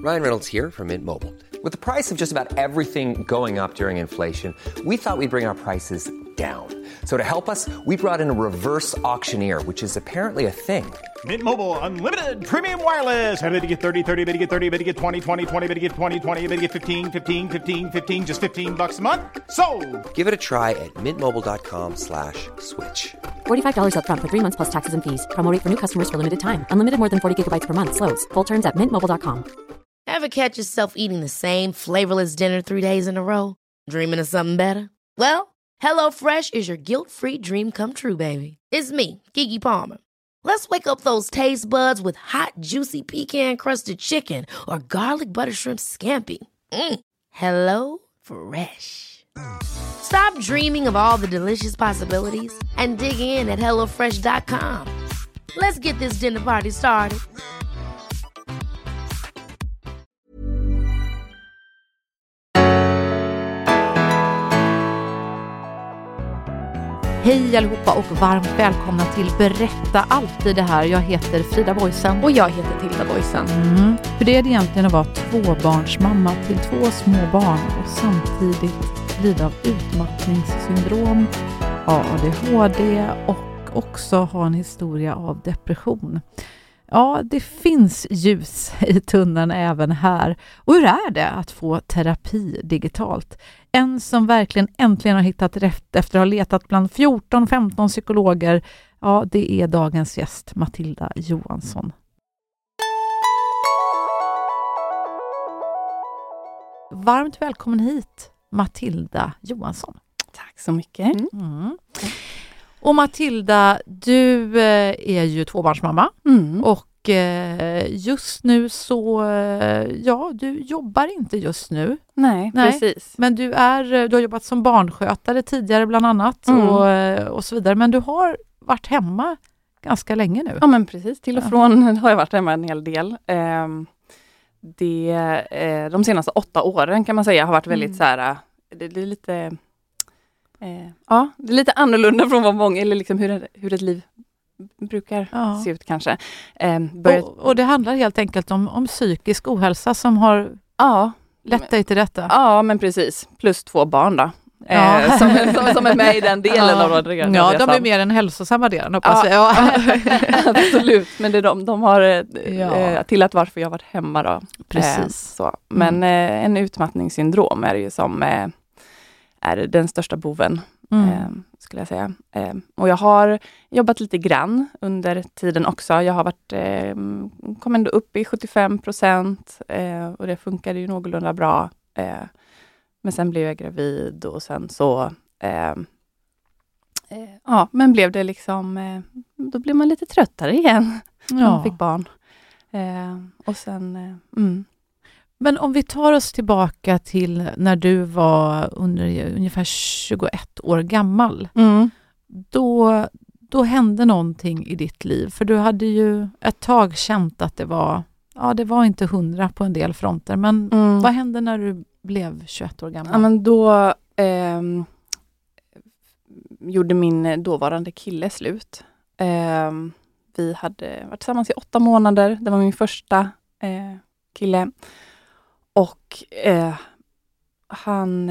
Ryan Reynolds here from Mint Mobile. With the price of just about everything going up during inflation, we thought we'd bring our prices down. So to help us, we brought in a reverse auctioneer, which is apparently a thing. Mint Mobile Unlimited Premium Wireless. How to get 30, 30, bit to get 30, bit to get 20, 20, 20, bit to get 20, 20, bit to get 15, 15, 15, 15, just $15 a month? Sold! Give it a try at mintmobile.com/switch. $45 up front for 3 months plus taxes and fees. Promo rate for new customers for limited time. Unlimited more than 40 gigabytes per month. Slows full terms at mintmobile.com. Ever catch yourself eating the same flavorless dinner 3 days in a row? Dreaming of something better? Well, HelloFresh is your guilt-free dream come true, baby. It's me, Keke Palmer. Let's wake up those taste buds with hot, juicy pecan-crusted chicken or garlic butter shrimp scampi. Hello Fresh. Stop dreaming of all the delicious possibilities and dig in at HelloFresh.com. Let's get this dinner party started. Hej allihopa och varmt välkomna till Berätta alltid det här. Jag heter Frida Boysen. Och jag heter Tilda Boysen. Hur det är egentligen att vara tvåbarnsmamma till 2 små barn och samtidigt lida av utmattningssyndrom, ADHD och också ha en historia av depression. Ja, det finns ljus i tunneln även här. Och hur är det att få terapi digitalt? En som verkligen äntligen har hittat rätt efter att ha letat bland 14-15 psykologer. Ja, det är dagens gäst Matilda Johansson. Varmt välkommen hit Matilda Johansson. Tack så mycket. Och Matilda, du är ju tvåbarnsmamma och just nu så, du jobbar inte just nu. Nej, precis. Men du har jobbat som barnskötare tidigare bland annat och så vidare. Men du har varit hemma ganska länge nu. Ja, men precis. Till och från har jag varit hemma en hel del. De senaste 8 åren kan man säga har varit väldigt så här, det är lite... det är lite annorlunda från vad många, eller liksom hur ett liv brukar se ut kanske. Och det handlar helt enkelt om psykisk ohälsa som har lett dig till detta. Ja, men precis. Plus 2 barn då. Som är med i den delen av det. Ja, de är mer än hälsosamma delen, hoppas jag. Absolut. Men det är de har till att varför jag har varit hemma då. Precis. Så. Men en utmattningssyndrom är det ju som... är den största boven, skulle jag säga. Och jag har jobbat lite grann under tiden också. Jag har varit, kom ändå upp i 75%, och det funkade ju någorlunda bra. Men sen blev jag gravid och sen så, men blev det liksom, då blev man lite tröttare igen när man fick barn. Och sen, Men om vi tar oss tillbaka till när du var under ungefär 21 år gammal. Då hände någonting i ditt liv. För du hade ju ett tag känt att det var inte 100 på en del fronter. Men vad hände när du blev 21 år gammal? Ja, men då gjorde min dåvarande kille slut. Vi hade varit tillsammans i 8 månader. Det var min första kille. Och han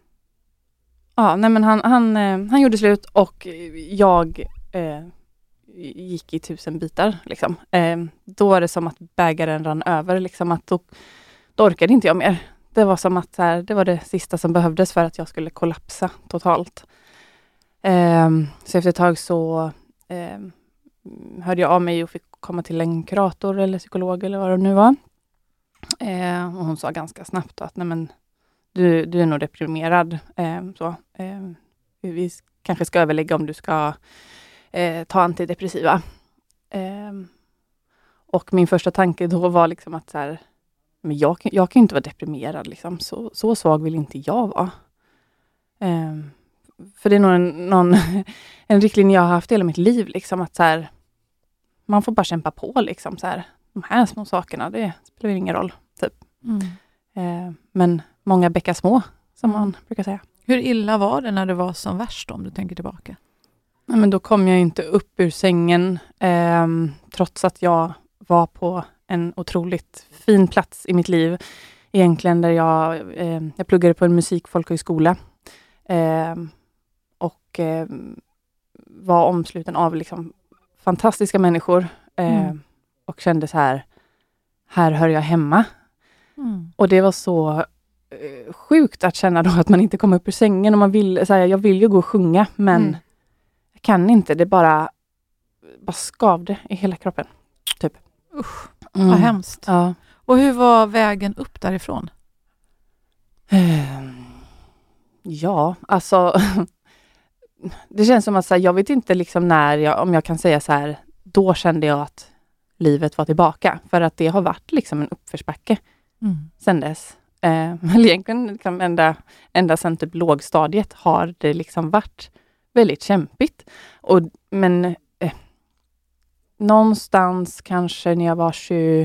gjorde slut och jag gick i 1000 bitar liksom. Då var det som att bägaren rann över liksom, att då orkade inte jag mer. Det var som att det var det sista som behövdes för att jag skulle kollapsa totalt. Så efter ett tag så hörde jag av mig och fick komma till en kurator eller psykolog eller vad det nu var. Och hon sa ganska snabbt att nej, men du är nog deprimerad. Vi kanske ska överlägga om du ska ta antidepressiva. Och min första tanke då var liksom att så här, men jag kan ju inte vara deprimerad. Liksom. Så svag vill inte jag vara. För det är nog en riktlinje jag har haft hela mitt liv. Liksom, att så här, man får bara kämpa på. Liksom, så här, de här små sakerna, det spelar ingen roll. Typ. Men många bäckar små, som man brukar säga. Hur illa var det när det var som värst, om du tänker tillbaka? Ja, men då kom jag inte upp ur sängen. Trots att jag var på en otroligt fin plats i mitt liv. Egentligen där jag pluggade på en musikfolkhögskola. Och var omsluten av liksom fantastiska människor. Och kände så här hör jag hemma. Och det var så sjukt att känna då att man inte kom upp ur sängen. Och man vill, så här, jag vill ju gå och sjunga, men jag kan inte. Det bara skavde i hela kroppen. Typ. Usch, vad hemskt. Ja. Och hur var vägen upp därifrån? Ja, alltså det känns som att så här, jag vet inte liksom om jag kan säga så här, då kände jag att livet var tillbaka. För att det har varit liksom en uppförsbacke sen dess. Eller egentligen liksom ända sedan typ lågstadiet har det liksom varit väldigt kämpigt. Men någonstans kanske när jag var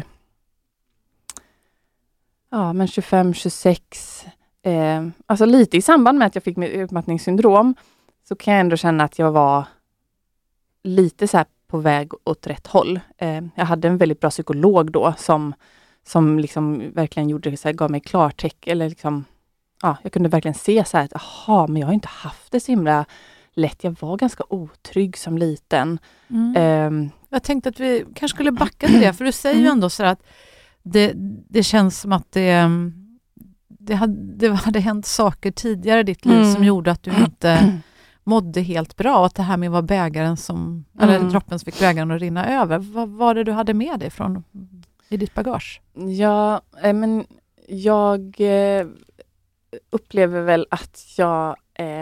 25-26, alltså lite i samband med att jag fick mitt utmattningssyndrom, så kan jag ändå känna att jag var lite så här på väg åt rätt håll. Jag hade en väldigt bra psykolog då som liksom verkligen gjorde så här, gav mig klartecken, eller liksom, jag kunde verkligen se så här att men jag har inte haft det så himla lätt. Jag var ganska otrygg som liten. Jag tänkte att vi kanske skulle backa till det, för du säger ju ändå så här att det känns som att det hade hänt saker tidigare i ditt liv som gjorde att du inte mådde helt bra, och att det här med var bägaren eller droppen som fick bägaren att rinna över. Vad var det du hade med dig i ditt bagage? Ja, men jag upplever väl att jag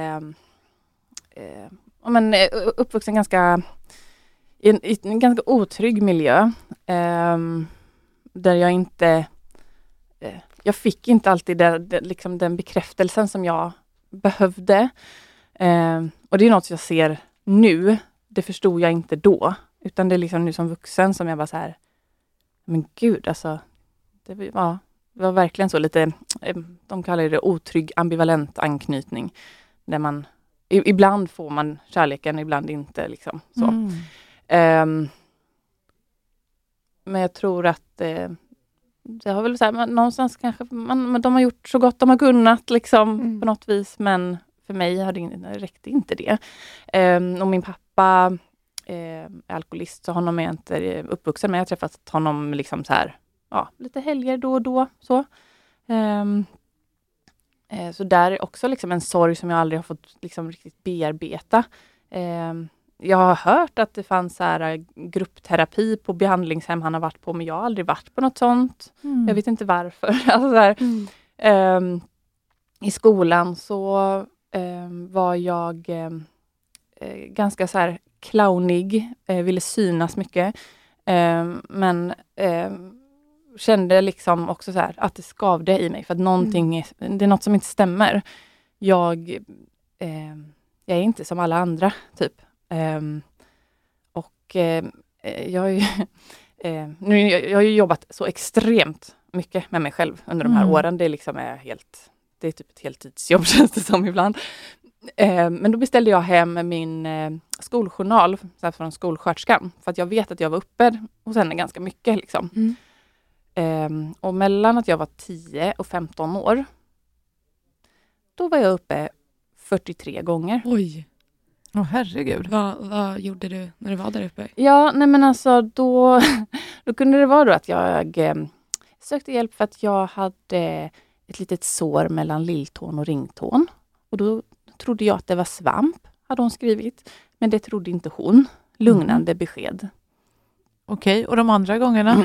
uppvuxen i en ganska otrygg miljö, där jag inte jag fick inte alltid liksom den bekräftelsen som jag behövde. Och det är något jag ser nu. Det förstod jag inte då. Utan det är liksom nu som vuxen som jag bara så här, men gud, alltså det var verkligen så lite, de kallar det otrygg ambivalent anknytning. Där man, ibland får man kärleken, ibland inte liksom så. Men jag tror att det har väl så här, någonstans kanske de har gjort så gott de har kunnat liksom på något vis, men för mig räckte inte det. Och min pappa är alkoholist, så honom är jag inte uppvuxen med. Jag har träffat honom liksom så här, lite helger då och då. Så. Så där är också liksom en sorg som jag aldrig har fått liksom riktigt bearbeta. Jag har hört att det fanns så här gruppterapi på behandlingshem han har varit på, men jag har aldrig varit på något sånt. Jag vet inte varför. Alltså så här, i skolan så var jag ganska så här clownig, ville synas mycket, men kände liksom också så här att det skavde i mig, för att det är något som inte stämmer. Jag är inte som alla andra typ. Jag har ju jobbat så extremt mycket med mig själv under de här åren. Det liksom det är typ ett heltidsjobb, känns det som ibland. Men då beställde jag hem min skoljournal så här, från skolsköterskan, för att jag vet att jag var uppe hos henne ganska mycket liksom. Och mellan att jag var 10 och 15 år, då var jag uppe 43 gånger. Oj. Herregud. Vad gjorde du när du var där uppe? Ja, nej men alltså då kunde det vara då att jag sökte hjälp för att jag hade ett litet sår mellan lilltån och ringtån. Och då trodde jag att det var svamp, hade hon skrivit. Men det trodde inte hon. Lugnande besked. Okej, och de andra gångerna?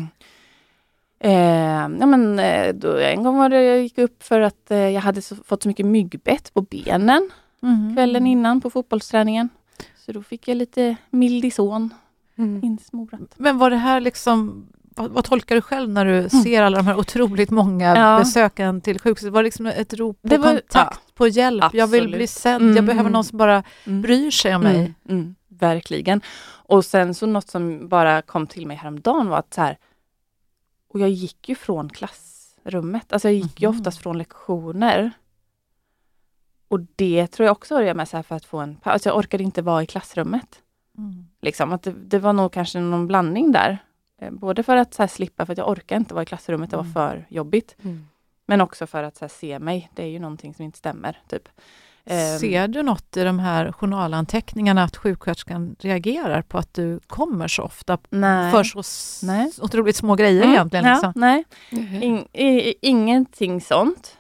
En gång var det jag gick upp för att jag hade fått så mycket myggbett på benen kvällen innan på fotbollsträningen. Så då fick jag lite Mildison insmorat. Men var det här liksom, vad tolkar du själv när du ser alla de här otroligt många besöken till sjukhuset? Var det liksom ett rop på kontakt, på hjälp? Absolut. Jag vill bli sedd, jag behöver någon som bara bryr sig om mig. Verkligen. Och sen så något som bara kom till mig häromdagen var att så här, och jag gick ju från klassrummet. Alltså jag gick ju oftast från lektioner. Och det tror jag också var det med så här för att få en... Alltså jag orkade inte vara i klassrummet. Liksom, att det var nog kanske någon blandning där. Både för att så här, slippa, för att jag orkar inte vara i klassrummet, det var för jobbigt. Men också för att så här, se mig, det är ju någonting som inte stämmer. Typ. Ser du något i de här journalanteckningarna att sjuksköterskan reagerar på att du kommer så ofta för så otroligt små grejer egentligen? Liksom? Ja, nej, ingenting sånt.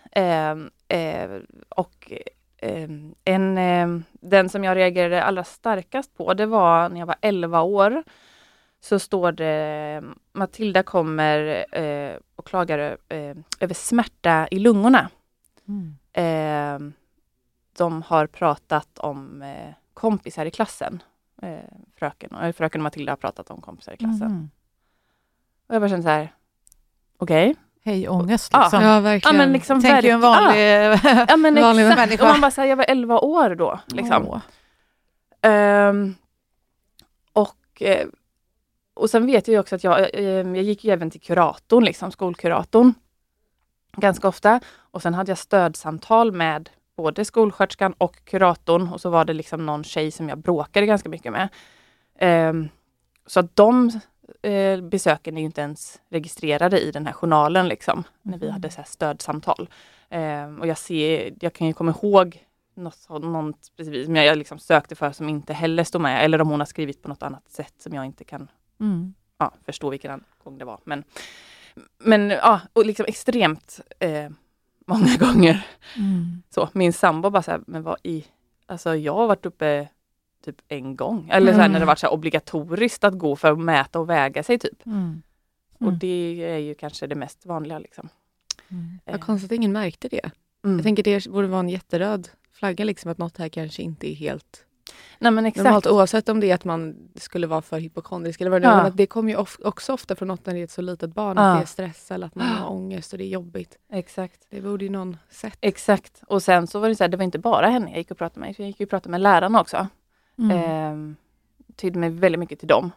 Den som jag reagerade allra starkast på, det var när jag var 11 år. Så står det, Matilda kommer och klagar över smärta i lungorna. De har pratat om kompisar i klassen. Fröken och Matilda har pratat om kompisar i klassen. Och jag bara kände så här, okej. Hej, ångest liksom. Ja, verkligen. Ja, men liksom tänker ju en vanlig, vanlig människa. Och man bara säger, jag var 11 år då. Liksom. Och sen vet jag ju också att jag gick ju även till kuratorn, liksom, skolkuratorn. Ganska ofta. Och sen hade jag stödsamtal med både skolsköterskan och kuratorn. Och så var det liksom någon tjej som jag bråkade ganska mycket med. Så att de besöken är ju inte ens registrerade i den här journalen liksom. När vi hade så här stödsamtal. Och jag kan ju komma ihåg något specifikt som jag liksom sökte för som inte heller stod med. Eller om hon har skrivit på något annat sätt som jag inte kan förstå vilken gång det var. Men ja, och liksom extremt många gånger. Så, min sambo bara så här, men alltså jag har varit uppe typ en gång. Eller så här, när det var så här obligatoriskt att gå för att mäta och väga sig typ. Och det är ju kanske det mest vanliga liksom. Vad konstigt att ingen märkte det. Jag tänker det borde vara en jätteröd flagga liksom, att något här kanske inte är helt normalt, oavsett om det är att man skulle vara för hypokondrisk eller vad det är. Men att det kommer ju också ofta från något när det är ett så litet barn, att det är stress eller att man har ångest och det är jobbigt. Exakt. Det borde ju någon sett. Exakt. Och sen så var det så här, det var inte bara henne jag gick och pratade med. Jag gick och pratade med lärarna också. Tydde mig väldigt mycket till dem.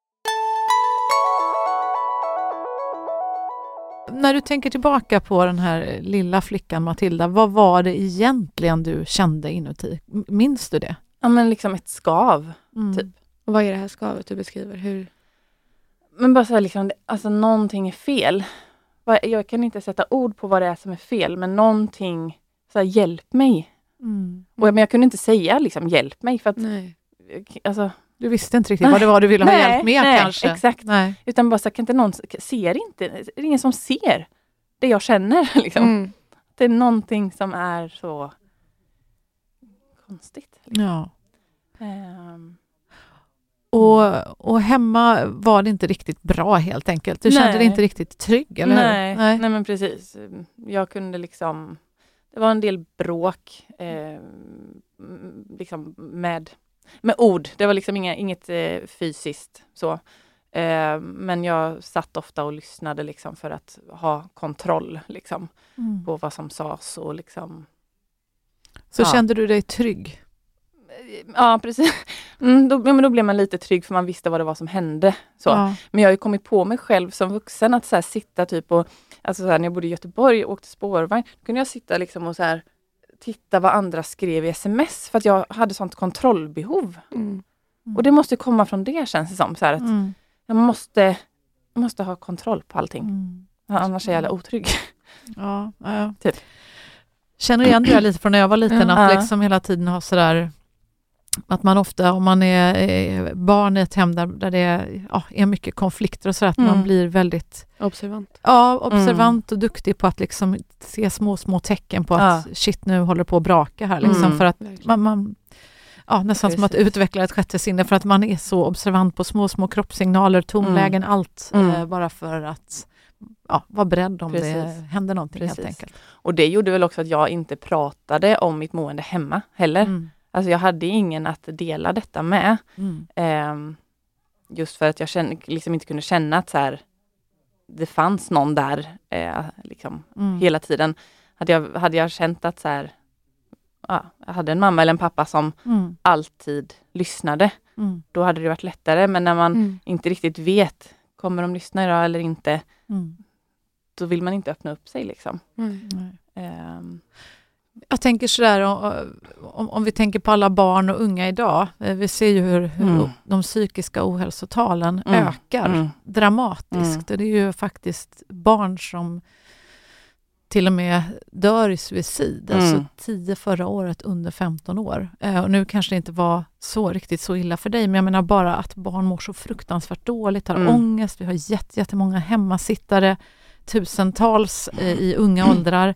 När du tänker tillbaka på den här lilla flickan Matilda, vad var det egentligen du kände inuti? Minns du det? Ja, men liksom ett skav, typ. Och vad är det här skavet du beskriver? Hur? Men bara så här, liksom, alltså någonting är fel. Jag kan inte sätta ord på vad det är som är fel, men någonting, så här, hjälp mig. Men jag kunde inte säga liksom, hjälp mig, för att alltså, du visste inte riktigt vad det var du ville ha hjälp med kanske. Exakt. Utan bara så kan inte någon det är ingen som ser det jag känner liksom. Det är någonting som är så konstigt. Liksom. Ja. Och hemma var det inte riktigt bra helt enkelt. Du kände dig inte riktigt trygg, eller hur? Nej, men precis. Jag kunde liksom, det var en del bråk liksom med ord. Det var liksom inget fysiskt så. Men jag satt ofta och lyssnade liksom för att ha kontroll liksom, på vad som sades och liksom. Så kände du dig trygg? Ja, precis. Då blev man lite trygg, för man visste vad det var som hände. Så. Ja. Men jag har ju kommit på mig själv som vuxen att så här, sitta typ och, alltså så här, när jag bodde i Göteborg och åkte spårvagn, då kunde jag sitta liksom och så här, titta vad andra skrev i sms, för att jag hade sånt kontrollbehov. Och det måste komma från det, känns det som. Så här, att jag måste ha kontroll på allting. Annars är jag otrygg. Ja. Typ. Känner igen det lite från när jag var liten, att liksom hela tiden ha sådär, att man ofta, om man är barn i ett hem där det är mycket konflikter och så, att man blir väldigt observant. Ja, observant och duktig på att liksom se små tecken på att shit, nu håller på att braka här liksom, för att man nästan som att utveckla ett sjätte sinne, för att man är så observant på små kroppssignaler, tonlägen, allt, bara för att vara beredd om det händer någonting helt enkelt. Och det gjorde väl också att jag inte pratade om mitt mående hemma heller. Alltså jag hade ingen att dela detta med. Just för att jag liksom inte kunde känna att så här, det fanns någon där liksom, hela tiden. Hade jag känt att så här, jag hade en mamma eller en pappa som alltid lyssnade, då hade det varit lättare. Men när man inte riktigt vet, kommer de lyssna idag eller inte, då vill man inte öppna upp sig liksom. Jag tänker sådär, om vi tänker på alla barn och unga idag. Vi ser ju hur de psykiska ohälsotalen ökar dramatiskt. Det är ju faktiskt barn som till och med dör i suicid. Alltså 10 förra året under 15 år. Och nu kanske det inte var riktigt så illa för dig. Men jag menar bara att barn mår så fruktansvärt dåligt. Har ångest. Vi har jättemånga hemmasittare. Tusentals i unga åldrar.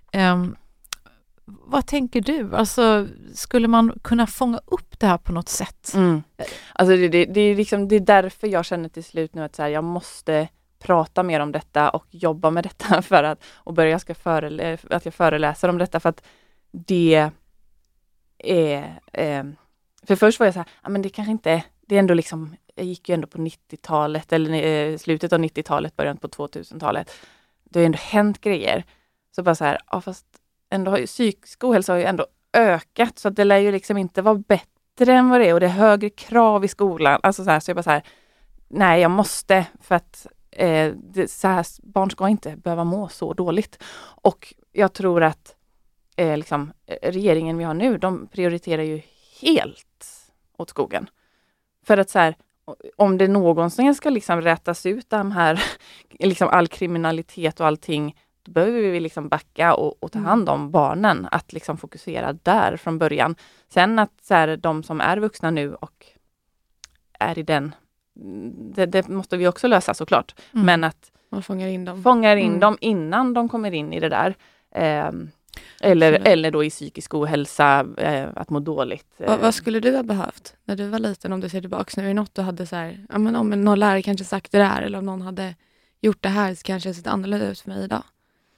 Vad tänker du? Alltså, skulle man kunna fånga upp det här på något sätt? Alltså det är därför jag känner till slut nu att så här, jag måste prata mer om detta och jobba med detta och börja att jag föreläser om detta, för att det är för först var jag så här, men det kanske inte, det är ändå liksom, jag gick ju ändå på 90-talet eller slutet av 90-talet, början på 2000-talet. Det har ju ändå hänt grejer. Så bara så här, fast ändå har ju psykisk ohälsa har ju ändå ökat, så att det lär ju liksom inte vara bättre än vad det är, och det är högre krav i skolan. Alltså så jag bara så här, nej, jag måste, för att så här, barn ska inte behöva må så dåligt. Och jag tror att liksom, regeringen vi har nu, de prioriterar ju helt åt skogen. För att så här, om det någonsin ska liksom rätas ut de här, liksom all kriminalitet och allting, då behöver vi liksom backa och ta hand om barnen. Att liksom fokusera där från början. Sen att så här, de som är vuxna nu och är i den, det måste vi också lösa såklart. Men att man fångar in dem innan de kommer in i det där. Eller då i psykisk ohälsa, att må dåligt. Vad skulle du ha behövt när du var liten, om du ser tillbaka nu? Är det något du hade så här, ja, men om någon lärare kanske sagt det där, eller om någon hade gjort det här, så kanske det sett annorlunda ut för mig idag?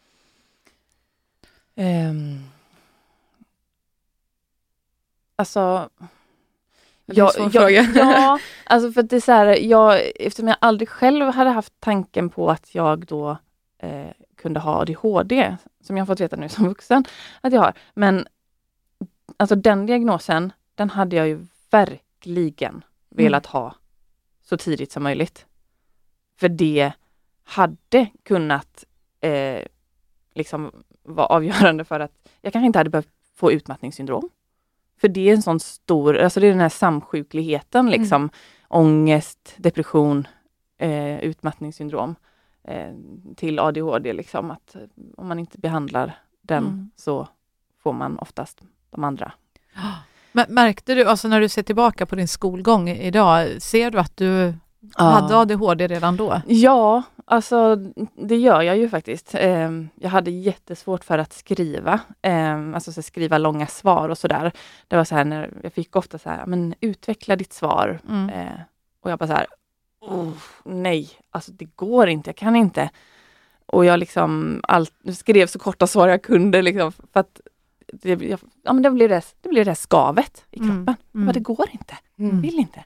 Alltså... Det är en svår fråga. Ja, alltså för att det är så här, eftersom jag aldrig själv hade haft tanken på att jag då kunde ha ADHD, som jag har fått veta nu som vuxen att jag har. Men alltså den diagnosen, den hade jag ju verkligen velat ha så tidigt som möjligt. För det hade kunnat liksom vara avgörande för att jag kanske inte hade behövt få utmattningssyndrom. För det är en sån stor, alltså det är den här samsjukligheten liksom, ångest, depression, utmattningssyndrom till ADHD liksom, att om man inte behandlar den så får man oftast de andra. Men märkte du, alltså när du ser tillbaka på din skolgång idag, ser du att du hade ADHD redan då? Ja, alltså det gör jag ju faktiskt. Jag hade jättesvårt för att skriva. Alltså så skriva långa svar och sådär. Det var så här när jag fick ofta så här, men utveckla ditt svar. Och jag bara så här, nej, alltså det går inte, jag kan inte. Och jag liksom skrev så korta svar jag kunde liksom, för att det blev det där skavet i kroppen. Men det går inte, vill inte.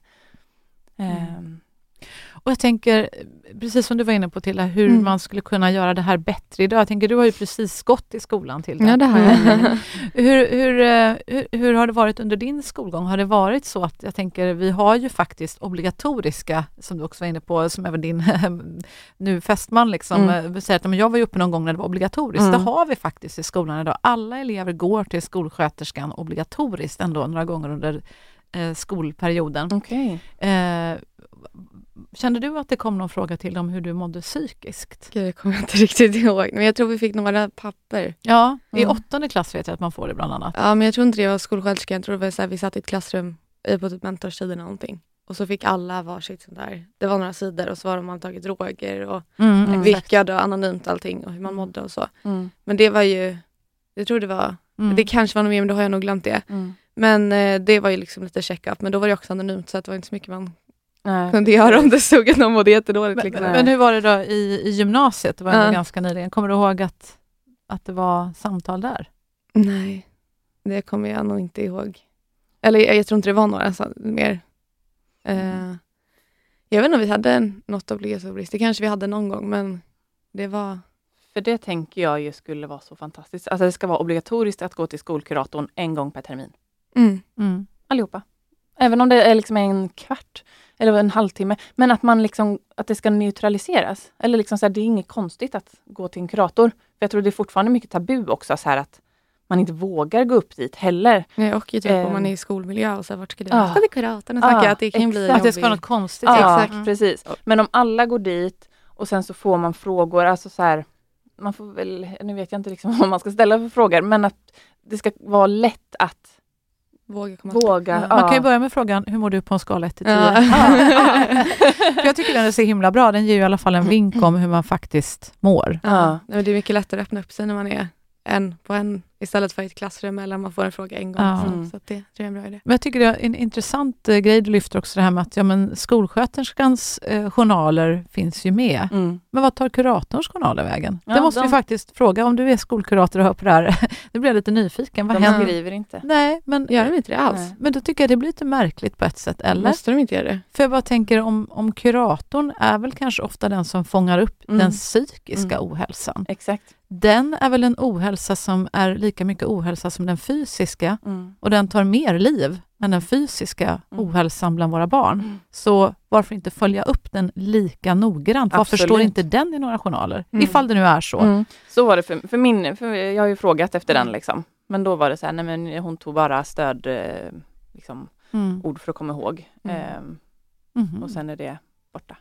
Och jag tänker, precis som du var inne på Tilla, hur man skulle kunna göra det här bättre idag. Jag tänker, du har ju precis gått i skolan till det. Ja, det har jag. Hur har det varit under din skolgång? Har det varit så att, jag tänker, vi har ju faktiskt obligatoriska, som du också var inne på, som även din nu fästman liksom, säger att jag var ju uppe någon gång när det var obligatoriskt. Det har vi faktiskt i skolan idag. Alla elever går till skolsköterskan obligatoriskt ändå några gånger under skolperioden. Okay. Kände du att det kom någon fråga till om hur du mådde psykiskt? Det kommer jag inte riktigt ihåg. Men jag tror vi fick några papper. Ja, i 8:e klass vet jag att man får det bland annat. Ja, men jag tror inte det var skolsköterskan. Jag tror det var så här, vi satt i ett klassrum på typ mentorstiden eller någonting. Och så fick alla varsitt sånt där. Det var några sidor och så var man tagit droger och vilka och anonymt allting och hur man mådde och så. Men det var ju, jag tror det var, det kanske var något mer, men då har jag nog glömt det. Men det var ju liksom lite check-up. Men då var det också anonymt, så att det var inte så mycket man kunde göra om det stod att någon mådde jättedåligt. Men hur var det då i gymnasiet? Det var ändå ganska nyligen. Kommer du ihåg att det var samtal där? Nej, det kommer jag nog inte ihåg. Eller jag tror inte det var några mer. Jag vet inte om vi hade något obligatoriskt. Det kanske vi hade någon gång, men det var... För det tänker jag ju skulle vara så fantastiskt. Alltså det ska vara obligatoriskt att gå till skolkuratorn en gång per termin. Allihopa. Även om det är liksom en kvart eller en halvtimme. Men att man liksom, att det ska neutraliseras. Eller liksom så här, det är inget konstigt att gå till en kurator. För jag tror det är fortfarande mycket tabu också så här att man inte vågar gå upp dit heller. Nej, och typ om man är i skolmiljö och så vart ska du? Ska till kuratorn och snacka att det kan bli jobbigt. Att det ska vara något konstigt. Ja, exakt, precis. Men om alla går dit och sen så får man frågor, alltså så här, man får väl, nu vet jag inte liksom vad man ska ställa för frågor, men att det ska vara lätt att våga. Man kan ju börja med frågan, hur mår du på en skala 1-10? Jag tycker den är så himla bra. Den ger ju i alla fall en vink om hur man faktiskt mår. Ja. Det är mycket lättare att öppna upp sig när man är en på en istället för ett klassrum eller man får en fråga en gång. Så att det tror jag är en bra idé. Men jag tycker det är en intressant grej du lyfter också, det här med att skolsköterskans journaler finns ju med. Men vad tar kuratorns journaler vägen? Det måste vi faktiskt fråga om du är skolkurator och hör på det här. Nu blir jag lite nyfiken. Vad händer? Skriver inte. Nej, men gör de inte det alls? Nej. Men då tycker jag det blir lite märkligt på ett sätt, eller? Måste de inte göra det? För jag bara tänker om kuratorn är väl kanske ofta den som fångar upp den psykiska ohälsan. Exakt. Den är väl en ohälsa som är lika mycket ohälsa som den fysiska. Och den tar mer liv än den fysiska ohälsan bland våra barn. Så varför inte följa upp den lika noggrant? Varför står inte den i några journaler? Ifall det nu är så. Så var det för jag har ju frågat efter den liksom. Men då var det så här, nej men hon tog bara stöd ord för att komma ihåg. Och sen är det borta.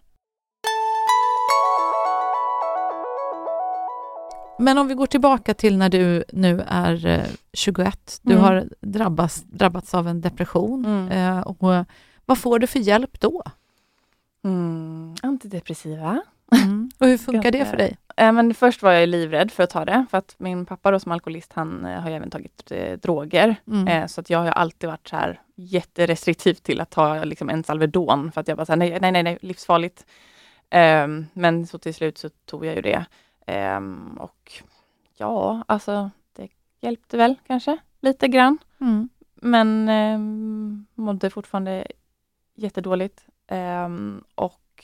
Men om vi går tillbaka till när du nu är 21. Du har drabbats av en depression. Och vad får du för hjälp då? Antidepressiva. Och hur funkar det för dig? Men först var jag livrädd för att ta det. För att min pappa då, som alkoholist, han har ju även tagit droger. Så att jag har alltid varit så här jätterestriktiv till att ta liksom en Alvedon. För att jag bara så här, nej, livsfarligt. Men så till slut så tog jag ju det. Och ja, alltså det hjälpte väl kanske lite grann. Men mådde fortfarande jättedåligt. Och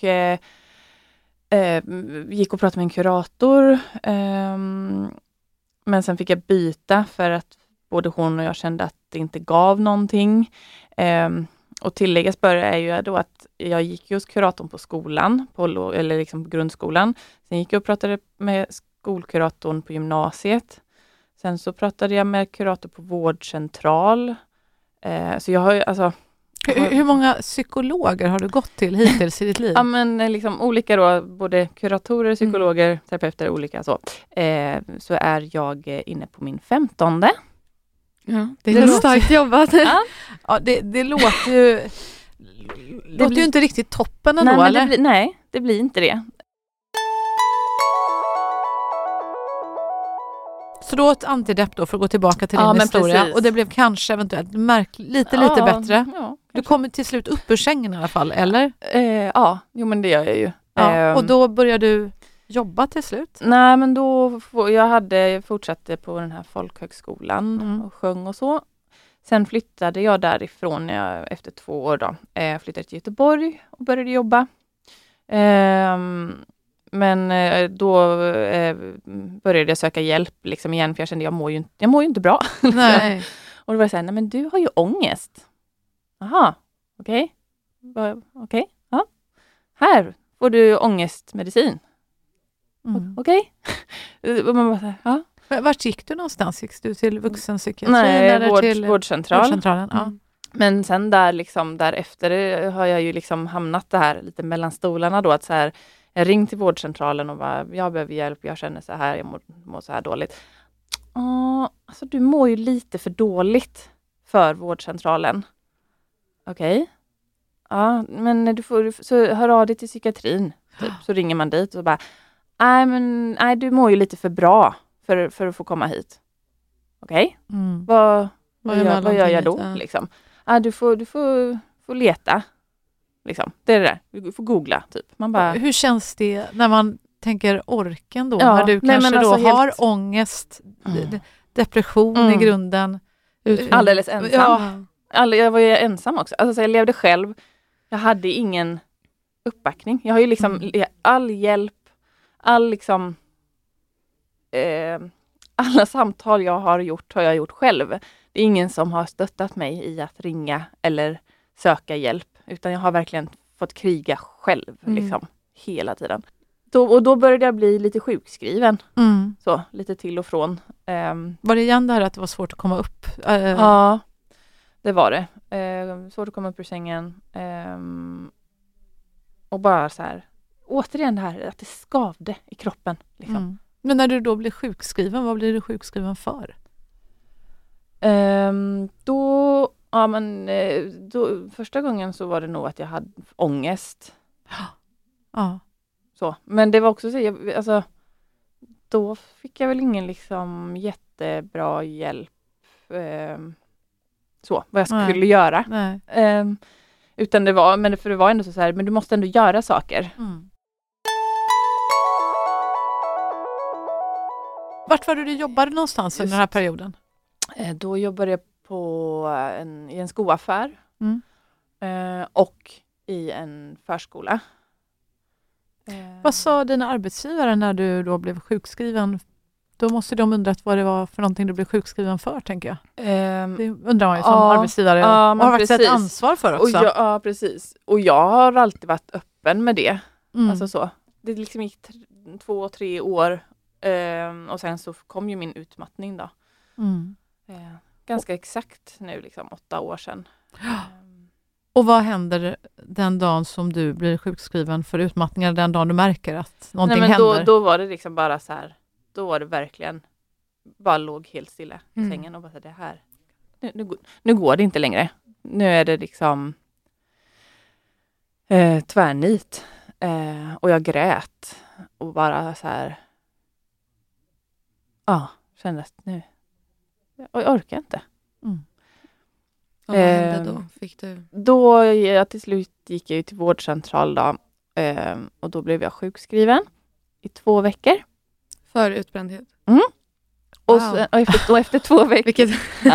gick och pratade med en kurator. Men sen fick jag byta för att både hon och jag kände att det inte gav någonting. Och tilläggas bör är ju då att jag gick hos kuratorn på skolan, eller liksom på grundskolan. Sen gick jag och pratade med skolkuratorn på gymnasiet. Sen så pratade jag med kurator på vårdcentral. Så jag har ju alltså... Hur många psykologer har du gått till hittills i ditt liv? Ja, men liksom olika då, både kuratorer, psykologer, terapeuter, olika så. Så är jag inne på min 15:e. Ja, det är starkt jobbat. Ja, det låter ju... Det låter ju inte riktigt toppen ändå, eller? Nej, det blir inte det. Så då ett antidepp då, för att gå tillbaka till din historia. Precis. Och det blev kanske eventuellt lite bättre. Ja, du kommer till slut upp ur sängen i alla fall, eller? Ja, men det gör jag ju. Ja, och då började du jobba till slut? Nej, men då jag fortsatte på den här folkhögskolan och sjöng och så. Sen flyttade jag därifrån efter 2 år då. Flyttade till Göteborg och började jobba. Men då började jag söka hjälp liksom igen, för jag kände jag mår ju inte bra. Nej. Och då var jag så här, nej men du har ju ångest. Aha, okej. Ja. Här får du ångestmedicin. Okej. Man bara så här, ja. Vart gick du någonstans? Gick du till vuxenpsykiatrin? Nej, eller till vårdcentralen. Ja. Men sen därefter har jag ju liksom hamnat det här lite mellan stolarna då, att så här, jag ringde till vårdcentralen och bara, jag behöver hjälp, jag känner så här, jag mår så här dåligt. Alltså du mår ju lite för dåligt för vårdcentralen. Okej. Ja, men du får så hör av dig till psykiatrin. Typ. Så ringer man dit och bara, nej du mår ju lite för bra för att få komma hit. Okej. Vad gör jag då? Liksom? Du får leta. Liksom. Det är det där. Du får googla typ. Man bara... Hur känns det när man tänker orken då? När du kanske då har ångest, depression i grunden. Alldeles ensam. Jag var ju ensam också. Alltså, jag levde själv. Jag hade ingen uppbackning. Jag har ju liksom all hjälp, alla samtal jag har jag gjort själv. Det är ingen som har stöttat mig i att ringa eller söka hjälp. Utan jag har verkligen fått kriga själv liksom, hela tiden. Då började jag bli lite sjukskriven. Så, lite till och från. Var det igen det här att det var svårt att komma upp? Ja, det var det. Svårt att komma upp ur sängen. Och bara så här, återigen det här att det skavde i kroppen. Liksom. Men när du då blir sjukskriven, vad blir du sjukskriven för? Då första gången så var det nog att jag hade ångest. Ja. Så. Men det var också så, då fick jag väl ingen liksom jättebra hjälp vad jag skulle göra. Nej. Utan det var ändå så här, men du måste ändå göra saker. Vart var du jobbade någonstans under den här perioden? Då jobbade jag i en skoaffär och i en förskola. Vad sa dina arbetsgivare när du då blev sjukskriven? Då måste de undrat vad det var för någonting du blev sjukskriven för, tänker jag. Det undrar man ju som arbetsgivare. Och har varit ett ansvar för också. Ja, precis. Och jag har alltid varit öppen med det. Alltså så. Det liksom gick 2-3 år. Och sen så kom ju min utmattning då. Ganska exakt nu, liksom 8 år sedan. Och vad händer den dagen som du blir sjukskriven för utmattningar? Den dagen du märker att någonting händer? Då var det liksom bara så här. Då var det verkligen bara låg helt stilla i sängen och bara så, det här. Nu går det inte längre. Nu är det liksom tvärnit. Och jag grät och bara så här. Kände att nu jag orkar inte. Och vad hände då? Då till slut gick jag till vårdcentral då. Och då blev jag sjukskriven i 2 veckor. För utbrändhet? Och efter 2 veckor. Vilken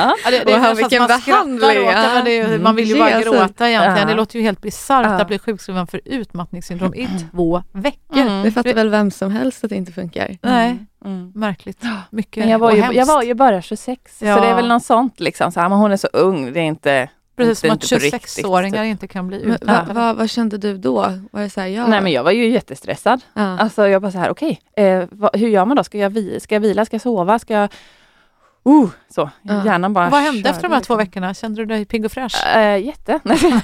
behandling! Man vill ju bara gråta egentligen. Det låter ju helt bisarrt att bli sjukskriven för utmattningssyndrom i 2 veckor. Det fattar väl vem som helst att det inte funkar. Nej, märkligt. Mycket. Men jag var ju bara 26. Så det är väl något sånt liksom. Så här, men hon är så ung, det är inte. Precis som att 26-åringar inte kan bli utmattade. Vad kände du då? Var det så här, Nej, men jag var ju jättestressad. Alltså jag bara så här, okej, hur gör man då? Ska jag vila? Ska jag sova? Ska jag... Så, hjärnan bara... Vad hände efter de här 2 veckorna? Kände du dig pigg och fräsch? Jätte.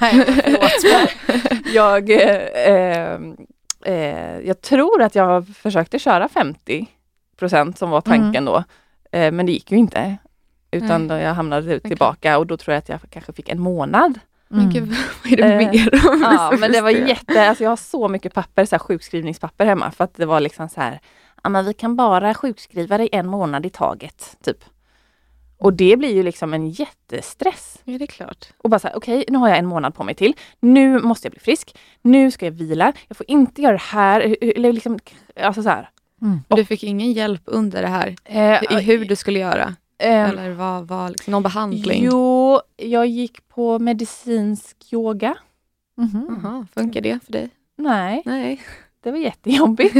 Jag tror att jag försökte köra 50% som var tanken då. Men det gick ju inte. Utan då jag hamnade tillbaka och då tror jag att jag kanske fick 1 månad. Men gud, vad är det mer? Men det var alltså jag har så mycket papper, så här sjukskrivningspapper hemma. För att det var liksom så här, men vi kan bara sjukskriva dig 1 månad i taget, typ. Och det blir ju liksom en jättestress. Ja, det är klart. Och bara så här, okej, nu har jag 1 månad på mig till. Nu måste jag bli frisk. Nu ska jag vila. Jag får inte göra det här. Eller liksom, alltså så här. Och du fick ingen hjälp under det här? I hur du skulle göra? Eller var liksom någon behandling? Jo, jag gick på medicinsk yoga. Funkar det för dig? Nej. Det var jättejobbigt.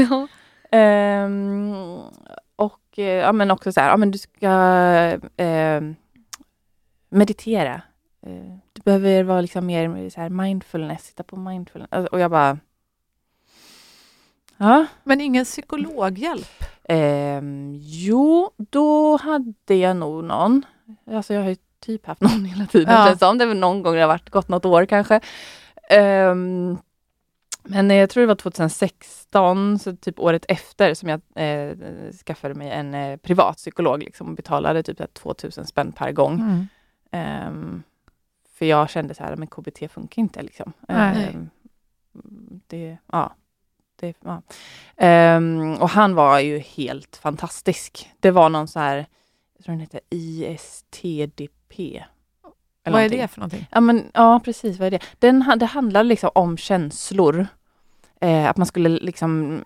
Men också så här, men du ska meditera. Du behöver vara liksom mer så här mindfulness, sitta på mindfulness. Och jag bara... Ja. Men ingen psykologhjälp? Jo, då hade jag nog någon. Alltså jag har ju typ haft någon hela tiden. Det är väl någon gång det har gått något år kanske. Men jag tror det var 2016, så typ året efter, som jag skaffade mig en privat psykolog liksom, och betalade typ 2000 spänn per gång. För jag kände så här, men KBT funkar inte liksom. Och han var ju helt fantastisk. Det var någon så här, jag tror den heter ISTDP. Vad är det för någonting? Ja, precis, vad är det? Det handlar liksom om känslor. Att man skulle liksom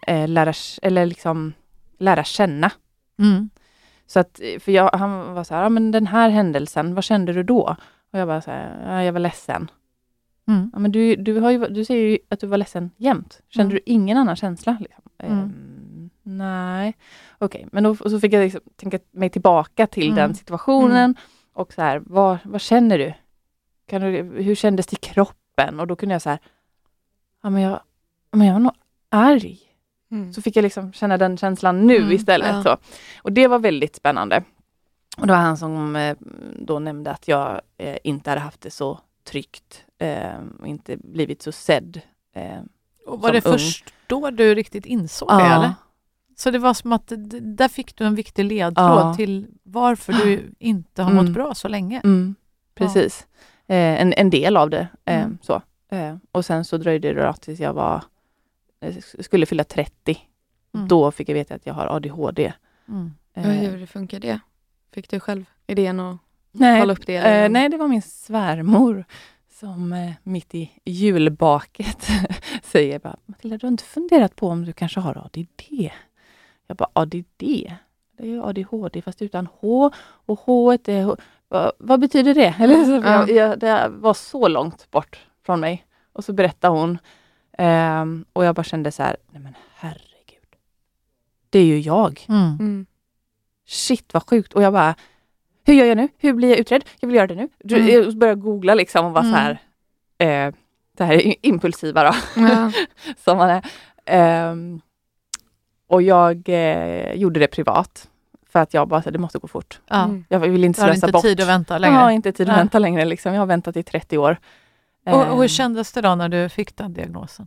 lära känna. Så att, för han var så här, men den här händelsen, vad kände du då? Och jag bara så här, jag var ledsen. Ja, men du säger ju att du var ledsen jämt. Kände du ingen annan känsla? Liksom? Nej. Okej, men då så fick jag liksom tänka mig tillbaka till den situationen. Och så här, vad känner du? Hur kändes det i kroppen? Och då kunde jag så här, men jag var nog arg. Så fick jag liksom känna den känslan nu istället. Så. Och det var väldigt spännande. Och det var han som då nämnde att jag inte hade haft det så tryggt och inte blivit så sedd. Och var det först då du riktigt insåg det, eller? Så det var som att där fick du en viktig ledtråd till varför du inte har mått bra så länge. Precis. En del av det. Så. Och sen så dröjde det då tills jag skulle fylla 30. Då fick jag veta att jag har ADHD. Hur funkar det? Fick du själv idén att kolla upp det? Nej, det var min svärmor som mitt i julbaket säger bara, Matilda, du har inte funderat på om du kanske har ADD? Jag bara, ADD? Det är ju ADHD fast utan H. Och H är... Vad betyder det? Eller så, det var så långt bort från mig. Och så berättade hon. Och jag bara kände så här, nej men herregud. Det är ju jag. Shit, vad sjukt. Och jag bara, hur gör jag nu? Hur blir jag utredd? Jag vill göra det nu. Jag började googla liksom och var så här, det här impulsiva då. Som man är. Och jag gjorde det privat. För att jag bara, det måste gå fort. Jag vill inte slösa bort. Har inte tid att vänta längre? Jag har inte tid att vänta längre. Liksom. Jag har väntat i 30 år. Och hur kändes det då när du fick den diagnosen?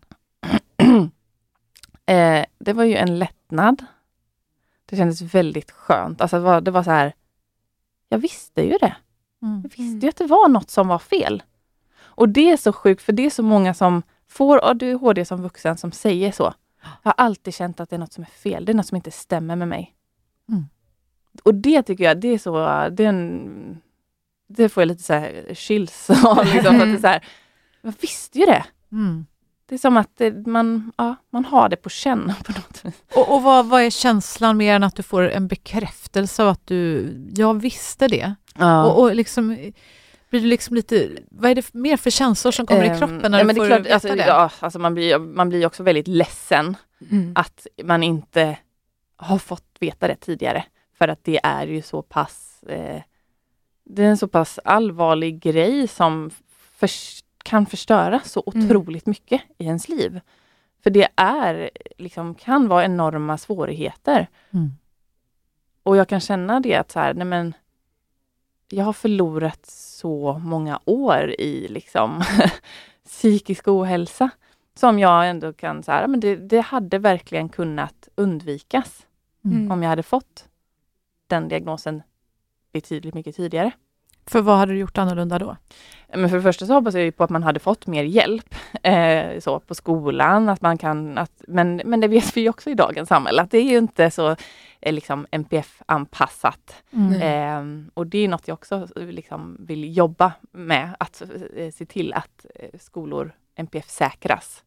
Det var ju en lättnad. Det kändes väldigt skönt. Alltså det var så här, jag visste ju det. Jag visste ju att det var något som var fel. Och det är så sjukt, för det är så många som får ADHD som vuxen som säger så. Jag har alltid känt att det är något som är fel. Det är något som inte stämmer med mig. Och det tycker jag, det är så, det får jag lite så här chills av, liksom, för att det är så här, jag visste ju det. Det är som att man har det på känn på något vis. Och vad är känslan mer än att du får en bekräftelse av att jag visste det? Och liksom, blir du liksom lite, vad är det mer för känslor som kommer i kroppen när du får veta det? Ja, alltså man blir också väldigt ledsen att man inte har fått veta det tidigare. För att det är ju så pass, det är en så pass allvarlig grej som kan förstöra så otroligt mycket i ens liv. För det kan vara enorma svårigheter. Och jag kan känna det att så här, nej men, jag har förlorat så många år i liksom psykisk ohälsa. Som jag ändå kan så här, men det hade verkligen kunnat undvikas. Om jag hade fått den diagnosen betydligt mycket tidigare. För vad hade du gjort annorlunda då? Men för det första så hoppas jag ju på att man hade fått mer hjälp så på skolan. Att man kan, men det vet vi ju också i dagens samhälle. Att det är ju inte så liksom NPF-anpassat. Och det är något jag också liksom vill jobba med. Att se till att skolor NPF-säkras.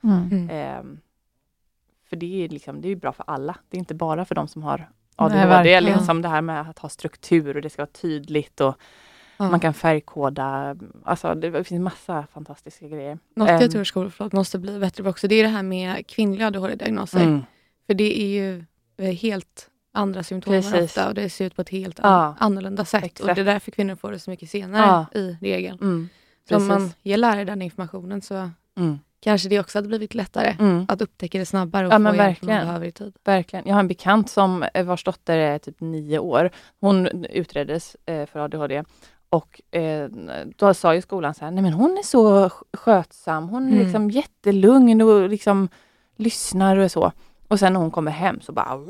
För det är ju bra för alla. Det är inte bara för de som har ADHD. Det är liksom det här med att ha struktur och det ska vara tydligt och man kan färgkoda. Alltså det finns massa fantastiska grejer. Något jag tror skolor måste bli bättre på också, det är det här med kvinnliga ADHD-diagnoser. För det är ju helt andra symptom ofta och det ser ut på ett helt annorlunda sätt. Exakt. Och det är därför kvinnor får det så mycket senare i regel. Så om man ger lärare den informationen så kanske det också hade blivit lättare att upptäcka det snabbare och få hjälp man behöver i tid. Verkligen. Jag har en bekant som vars dotter är typ 9 år. Hon utreddes för ADHD. Och då sa ju skolan så här, nej men hon är så skötsam. Hon är liksom jättelugn och liksom lyssnar och så. Och sen när hon kommer hem så bara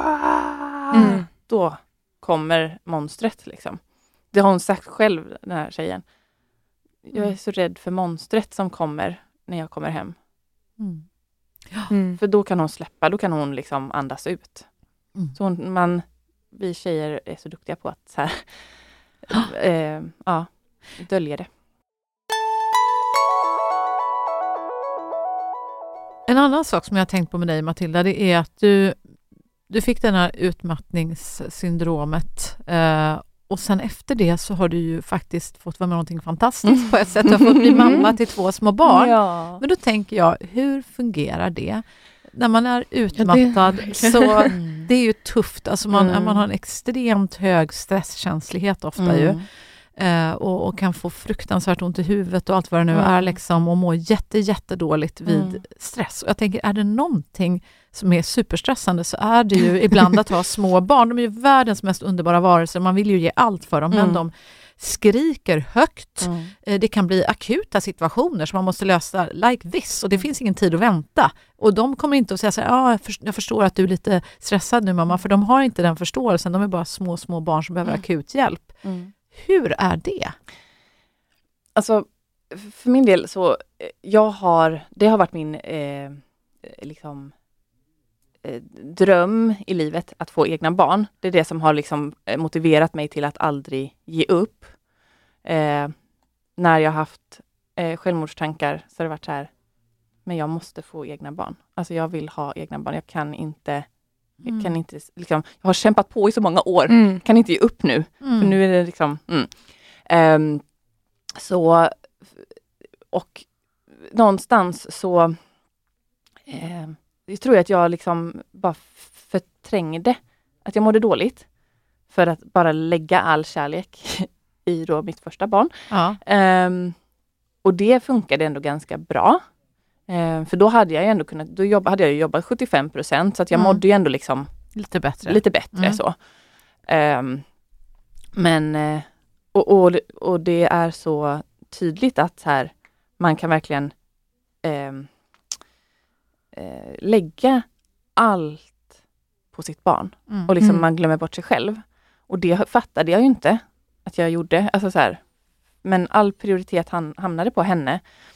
då kommer monstret liksom. Det har hon sagt själv, den här tjejen. Jag är så rädd för monstret som kommer när jag kommer hem. För då kan hon släppa, då kan hon liksom andas ut. Så vi tjejer är så duktiga på att så här, dölja det. En annan sak som jag har tänkt på med dig, Matilda, det är att du fick den här utmattningssyndromet och sen efter det så har du ju faktiskt fått vara med någonting fantastiskt på ett sätt. Du har fått bli mamma till 2 små barn. Ja. Men då tänker jag, hur fungerar det? När man är utmattad så det är ju tufft. Alltså man har en extremt hög stresskänslighet ofta ju. och kan få fruktansvärt ont i huvudet och allt vad det nu är liksom, och må jättedåligt vid stress. Och jag tänker, är det någonting som är superstressande så är det ju ibland att ha små barn. De är ju världens mest underbara varelser. Man vill ju ge allt för dem, men de skriker högt. Det kan bli akuta situationer som man måste lösa like this, och det finns ingen tid att vänta. Och de kommer inte att säga så här, jag förstår att du är lite stressad nu mamma, för de har inte den förståelsen. De är bara små barn som behöver akut hjälp. Hur är det? Alltså, för min del så det har varit min dröm i livet att få egna barn. Det är det som har liksom motiverat mig till att aldrig ge upp. När jag har haft självmordstankar så har det varit så här, men jag måste få egna barn. Alltså jag vill ha egna barn. Jag kan inte liksom, jag har kämpat på i så många år. Kan inte ge upp nu. För nu är det liksom så, och någonstans så jag tror att jag liksom bara förträngde att jag mådde dåligt för att bara lägga all kärlek i då mitt första barn. Ja. Och det funkade ändå ganska bra. För då hade jag ju ändå hade jag jobbat 75%, så att jag mådde ju ändå liksom lite bättre så. Men och det är så tydligt att här man kan verkligen lägga allt på sitt barn och liksom man glömmer bort sig själv. Och det fattade jag ju inte att jag gjorde. Alltså så här, men all prioritet hamnade på henne.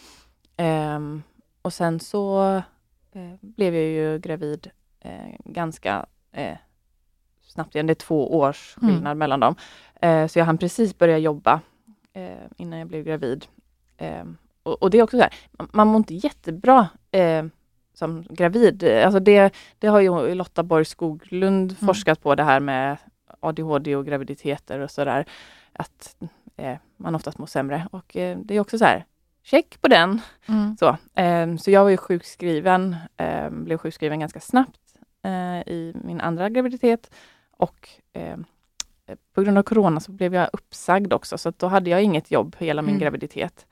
Och sen så blev jag ju gravid ganska snabbt igen. Det är 2 års skillnad mellan dem. Så jag hann precis börja jobba innan jag blev gravid. Och det är också så här, man mår inte jättebra som gravid. Alltså det har ju Lotta Borg Skoglund forskat på, det här med ADHD och graviditeter och sådär. Att man oftast mår sämre. Och det är också så här, check på den. Så jag var ju sjukskriven. Blev sjukskriven ganska snabbt i min andra graviditet. Och på grund av corona så blev jag uppsagd också. Så att då hade jag inget jobb hela min graviditet.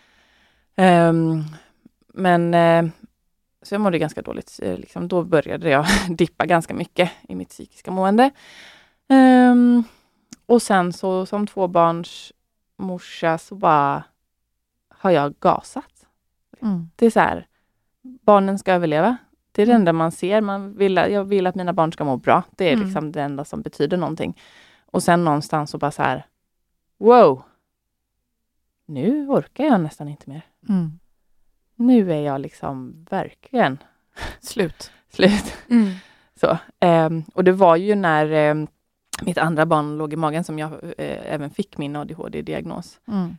Men så jag mådde ganska dåligt. Liksom, då började jag dippa ganska mycket i mitt psykiska mående. Och sen så som 2-barns morsa så bara har jag gasat. Det är så här, barnen ska överleva. Det är det enda man ser. Jag vill att mina barn ska må bra. Det är liksom det enda som betyder någonting. Och sen någonstans så bara så här, wow. Nu orkar jag nästan inte mer. Nu är jag liksom verkligen slut. Så, och det var ju när mitt andra barn låg i magen som jag även fick min ADHD-diagnos.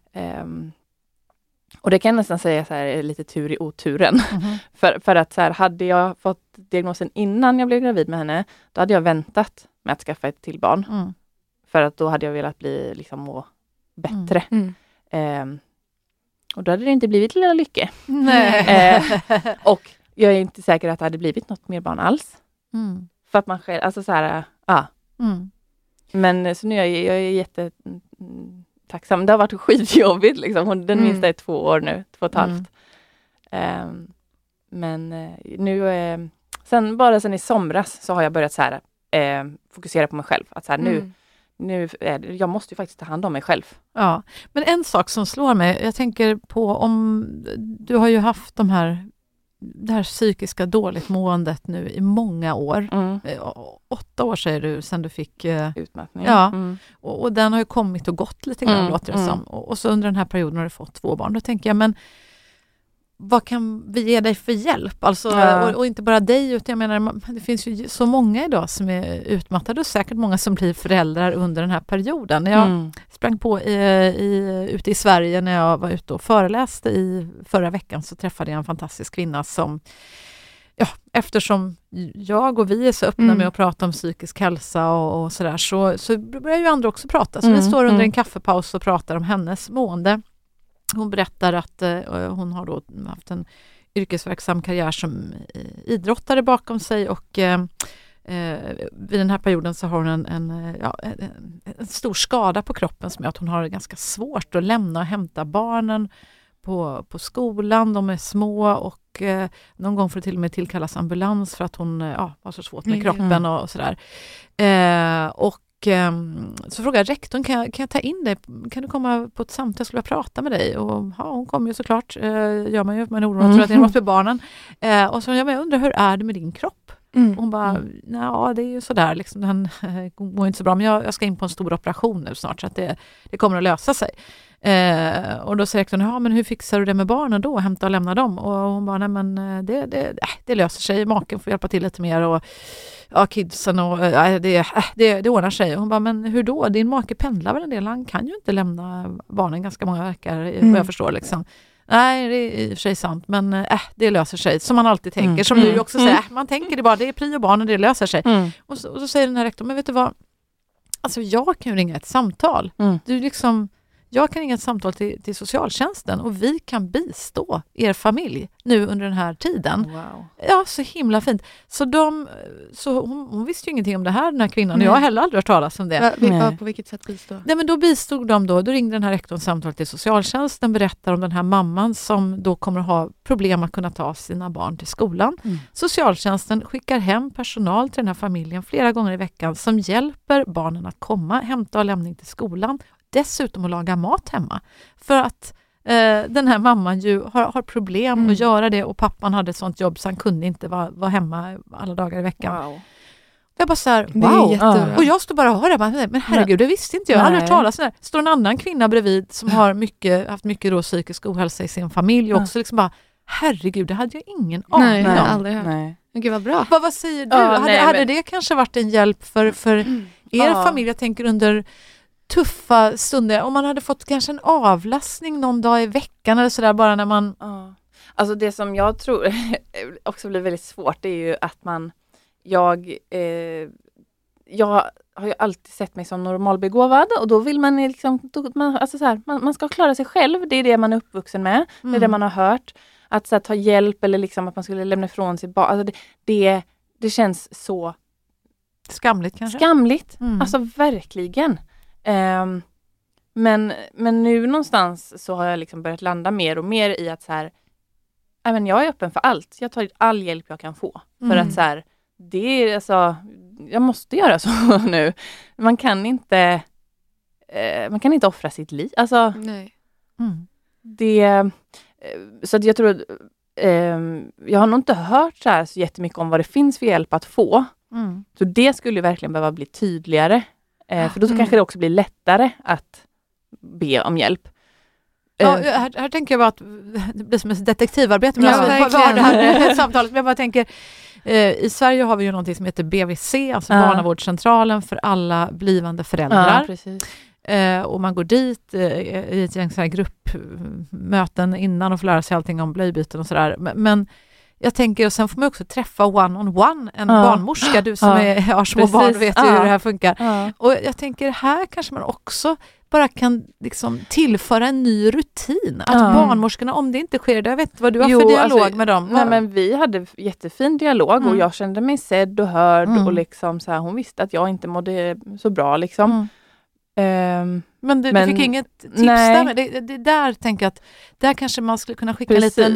Och det kan jag nästan säga så här, lite tur i oturen. För att så här, hade jag fått diagnosen innan jag blev gravid med henne, då hade jag väntat med att skaffa ett till barn. För att då hade jag velat bli liksom må bättre. Och då hade det inte blivit Lilla Lycke. Och jag är inte säker att det hade blivit något mer barn alls. För att man själv, alltså så här, Men så nu jag är jättetacksam. Det har varit skitjobbigt liksom. Den minsta är 2 år nu, 2,5. Men nu, sen i somras så har jag börjat så här, fokusera på mig själv. Att så här, jag måste ju faktiskt ta hand om mig själv. Ja, men en sak som slår mig, jag tänker på om du har ju haft det här psykiska dåligt måendet nu i många år. 8 år säger du sedan du fick utmattning. Ja, och den har ju kommit och gått lite grann låter det som. Och så under den här perioden har du fått 2 barn. Då tänker jag, men vad kan vi ge dig för hjälp? Alltså, och inte bara dig, utan jag menar, det finns ju så många idag som är utmattade och säkert många som blir föräldrar under den här perioden. När jag sprang på ute i Sverige när jag var ute och föreläste i förra veckan, så träffade jag en fantastisk kvinna som, eftersom jag och vi är så öppna med att prata om psykisk hälsa och sådär, så börjar ju andra också prata. Så vi står under en kaffepaus och pratar om hennes mående. Hon berättar att hon har då haft en yrkesverksam karriär som idrottare bakom sig och vid den här perioden så har hon en stor skada på kroppen som gör att hon har det ganska svårt att lämna och hämta barnen på skolan. De är små och någon gång får det till och med tillkallas ambulans för att hon har så svårt med kroppen och sådär. Så frågade rektorn, kan jag ta in dig? Kan du komma på ett samtal? Jag skulle vilja prata med dig. Och hon kom ju såklart. Gör man ju, man oroar tror att det är något med barnen. Och så jag undrar, hur är det med din kropp? Och hon bara, det är ju sådär. Liksom, den går inte så bra. Men jag ska in på en stor operation nu snart. Så att det kommer att lösa sig. Och då säger rektorn, men hur fixar du det med barnen då? Hämta och lämna dem? Och hon bara, nej men det löser sig. Maken får hjälpa till lite mer och kidsen och det ordnar sig. Och hon bara, men hur då? Din make pendlar väl en del? Han kan ju inte lämna barnen ganska många veckor, vad jag förstår liksom. Nej, det är i och för sig sant, men det löser sig. Som man alltid tänker, som du också säger, man tänker det bara, det är prio barnen, det löser sig. Och så säger den här rektorn, men vet du vad? Alltså jag kan ju ringa ett samtal. Du liksom... Jag kan ringa ett samtal till socialtjänsten och vi kan bistå er familj nu under den här tiden. Wow. Ja, så himla fint. Så hon visste ju ingenting om det här, den här kvinnan. Och jag har heller aldrig hört talas om det. På vilket sätt bistå? Nej, men då bistod de då ringde den här rektorn samtal till socialtjänsten, berättar om den här mamman som då kommer att ha problem att kunna ta sina barn till skolan. Socialtjänsten skickar hem personal till den här familjen flera gånger i veckan som hjälper barnen att komma, hämta och lämning till skolan. Dessutom att laga mat hemma. För att den här mamman ju har problem att göra det och pappan hade ett sånt jobb så han kunde inte vara hemma alla dagar i veckan. Wow. Jag bara så här, wow. Och jag stod bara och hörde, men herregud, det visste inte jag. Jag har aldrig talat sådär. Står en annan kvinna bredvid som har haft mycket då psykisk ohälsa i sin familj och också liksom bara, herregud, det hade jag ingen aning om. Aldrig hört. Men gud vad bra. Vad säger du? Hade det kanske varit en hjälp för er familj? Jag tänker under tuffa stunder. Om man hade fått kanske en avlastning någon dag i veckan eller sådär bara när man... Alltså det som jag tror också blir väldigt svårt det är ju att jag har ju alltid sett mig som normalbegåvad och då vill man liksom, man ska klara sig själv. Det är det man är uppvuxen med. Det är det man har hört. Att så här, ta hjälp eller liksom att man skulle lämna ifrån sig barn. Alltså det känns så... Skamligt kanske? Skamligt. Alltså verkligen. Men nu någonstans så har jag liksom börjat landa mer och mer i att så här, jag är öppen för allt. Jag tar all hjälp jag kan få. För att så här, det är alltså, jag måste göra så nu. Man kan inte offra sitt liv. Alltså, nej. Så att jag tror att jag har nog inte hört så jättemycket om vad det finns för hjälp att få. Så det skulle verkligen behöva bli tydligare. För då så kanske det också blir lättare att be om hjälp. Här tänker jag bara att det blir som ett detektivarbete. Men vad har det här samtalet? Men jag bara tänker, i Sverige har vi ju någonting som heter BVC, alltså barnavårdscentralen för alla blivande föräldrar. Precis. Och man går dit i ett gäng så här gruppmöten innan och får lära sig allting om blöjbyten och sådär. Men jag tänker, och sen får man också träffa one-on-one en barnmorska. Du som har små barn vet ju hur det här funkar. Och jag tänker, här kanske man också bara kan liksom tillföra en ny rutin. Att barnmorskorna, om det inte sker, jag vet inte vad du har för dialog med dem. Nej, men vi hade jättefin dialog och jag kände mig sedd och hörd och liksom så här, hon visste att jag inte mådde så bra liksom. Men du fick inget tips där? Men det där tänker jag att där kanske man skulle kunna skicka en liten...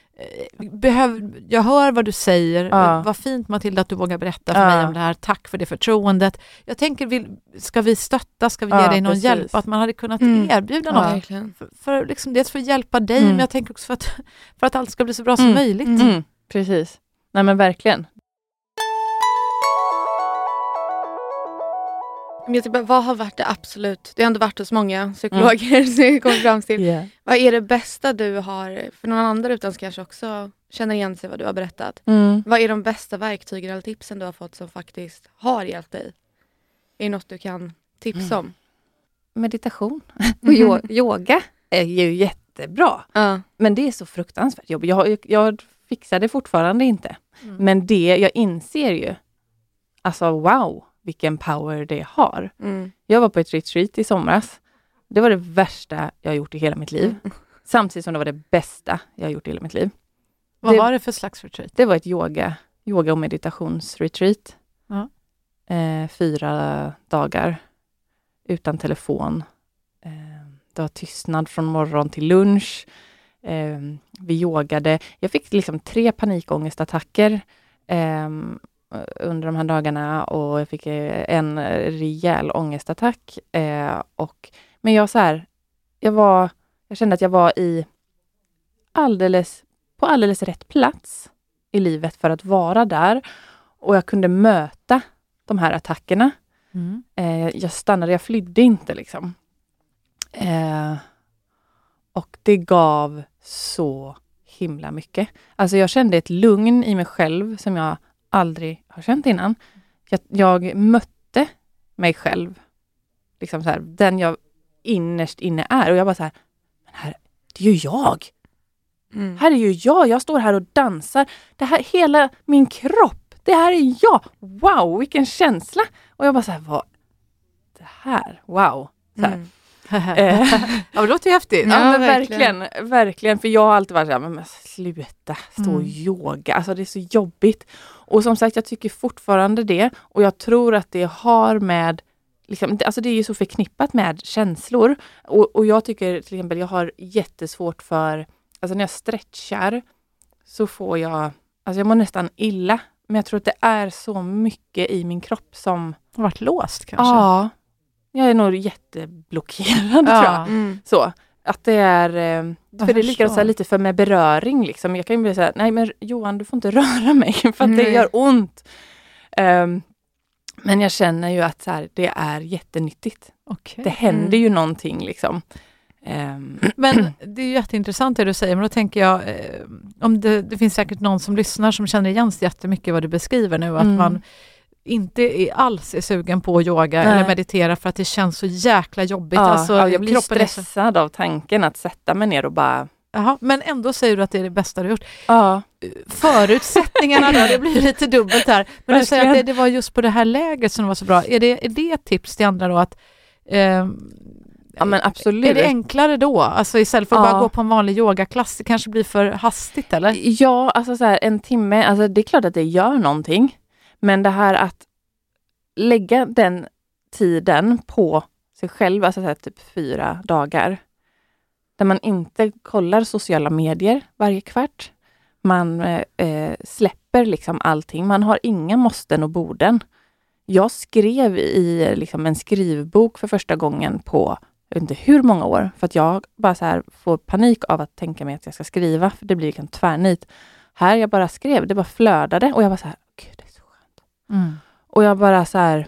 Jag hör vad du säger. Vad fint, Matilda, att du vågar berätta för mig om det här. Tack för det förtroendet. Jag tänker, ska vi stötta? Ska vi ge dig någon hjälp? Att man hade kunnat erbjuda något. För liksom, dels för att hjälpa dig, men jag tänker också för att allt ska bli så bra som möjligt. Precis. Nej, men verkligen. Vad har varit det absolut? Det har ändå varit hos många psykologer så jag kommer fram till. Vad är det bästa du har, för någon annan där utan kanske också känner igen sig vad du har berättat. Vad är de bästa verktygen eller tipsen du har fått som faktiskt har hjälpt dig? Är det något du kan tipsa om? Meditation och yoga är ju jättebra. Men det är så fruktansvärt jobb. Jag fixar det fortfarande inte. Men jag inser ju, alltså wow, vilken power det har. Jag var på ett retreat i somras. Det var det värsta jag har gjort i hela mitt liv. Samtidigt som det var det bästa jag har gjort i hela mitt liv. Vad var det för slags retreat? Det var ett yoga och meditationsretreat. Ja. 4 dagar utan telefon. Det var tystnad från morgon till lunch. Vi yogade. Jag fick liksom 3 panikångestattacker under de här dagarna och jag fick en rejäl ångestattack. Men jag kände att jag var på alldeles rätt plats i livet för att vara där. Och jag kunde möta de här attackerna. Jag stannade, jag flydde inte liksom. Och det gav så himla mycket. Alltså jag kände ett lugn i mig själv som jag aldrig har känt innan. Jag mötte mig själv. Liksom så här, den jag innerst inne är. Och jag bara så här, men här, det är ju jag. Här är ju jag står här och dansar. Det här, hela min kropp, det här är jag. Wow, vilken känsla. Och jag bara så här, vad? Det här, wow. Så här. Ja, det låter ju häftigt. Ja, men verkligen. För jag har alltid varit så här, men sluta stå och yoga. Alltså det är så jobbigt. Och som sagt, jag tycker fortfarande det. Och jag tror att det har med, liksom, alltså det är ju så förknippat med känslor. Och jag tycker till exempel, jag har jättesvårt för, alltså när jag stretchar så får jag, alltså jag mår nästan illa. Men jag tror att det är så mycket i min kropp som har varit låst kanske. Ja. Jag är nog jätteblockerad tror jag. Så, att det är, för det är likadant så här, lite för med beröring liksom. Jag kan ju bli så här, nej men Johan, du får inte röra mig för att det gör ont. Men jag känner ju att så här, det är jättenyttigt. Okay. Det händer ju någonting liksom. Men det är ju jätteintressant det du säger, men då tänker jag om det finns säkert någon som lyssnar som känner igen sig jättemycket vad du beskriver nu, att man inte alls är sugen på yoga eller meditera för att det känns så jäkla jobbigt. Ja, alltså, jag blir stressad av tanken att sätta mig ner och bara... Jaha, men ändå säger du att det är det bästa du har gjort. Ja. Förutsättningarna då, det blir lite dubbelt här. Men du säger att det var just på det här läget som var så bra. Är det ett tips till andra då att... ja men absolut. Är det enklare då? Alltså istället för att bara gå på en vanlig yogaklass, det kanske blir för hastigt eller? Ja, alltså så här, 1 timme, alltså det är klart att det gör någonting. Men det här att lägga den tiden på sig själv, alltså så här, typ 4 dagar. Där man inte kollar sociala medier varje kvart. Man släpper liksom allting. Man har inga måsten och borden. Jag skrev i liksom en skrivbok för första gången på jag vet inte hur många år. För att jag bara så här får panik av att tänka mig att jag ska skriva. För det blir en tvärnit. Här jag bara skrev, det bara flödade. Och jag var så här, gud det är så skönt. Och jag bara så här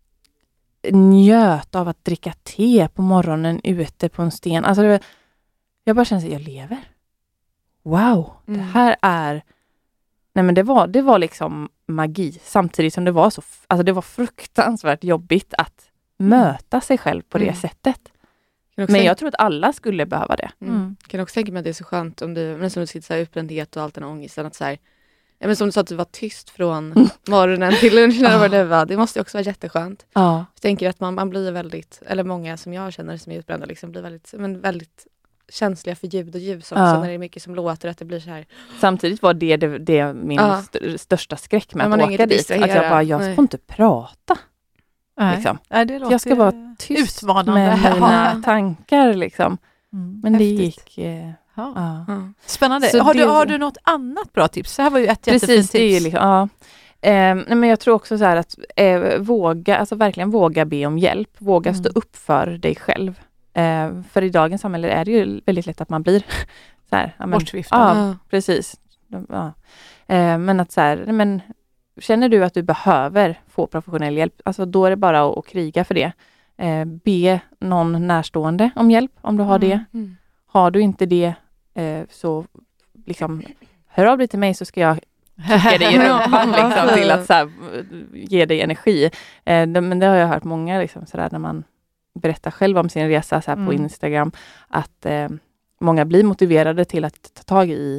njöt av att dricka te på morgonen ute på en sten. Alltså jag bara kände att jag lever. Wow, det här är... Nej men det var liksom magi. Samtidigt som det var så... Alltså det var fruktansvärt jobbigt att möta sig själv på det sättet. Men jag tror att alla skulle behöva det. Kan också tänka mig att det är så skönt om du, men som du sitter så här utbrändhet och allt den här ångesten, att så här, ja, men som du sa att du var tyst från morgonen till lunchen. Det måste också vara jätteskönt. Jag tänker att man blir väldigt, eller många som jag känner som är utbrända liksom, blir väldigt känsliga för ljud och ljus också, när det är mycket som låter, att det blir så här. Samtidigt var det min största skräck med att åka dit. Att jag får inte prata. Liksom. Nej, det jag ska vara tyst utmanande med mina tankar liksom. Men det gick... Spännande. Så har du något annat bra tips? Så här var ju ett jättefint tips. Liksom, men jag tror också så här att verkligen våga be om hjälp. Våga stå upp för dig själv. För i dagens samhälle är det ju väldigt lätt att man blir så här, bortviftad. Precis. Men att så här, men känner du att du behöver få professionell hjälp, alltså då är det bara att kriga för det. Be någon närstående om hjälp om du har det. Har du inte det så liksom hör av dig till mig så ska jag kicka dig i rumpan liksom, till att så här, ge dig energi. Men det har jag hört många liksom, så där, när man berättar själv om sin resa så här, på Instagram, att många blir motiverade till att ta tag i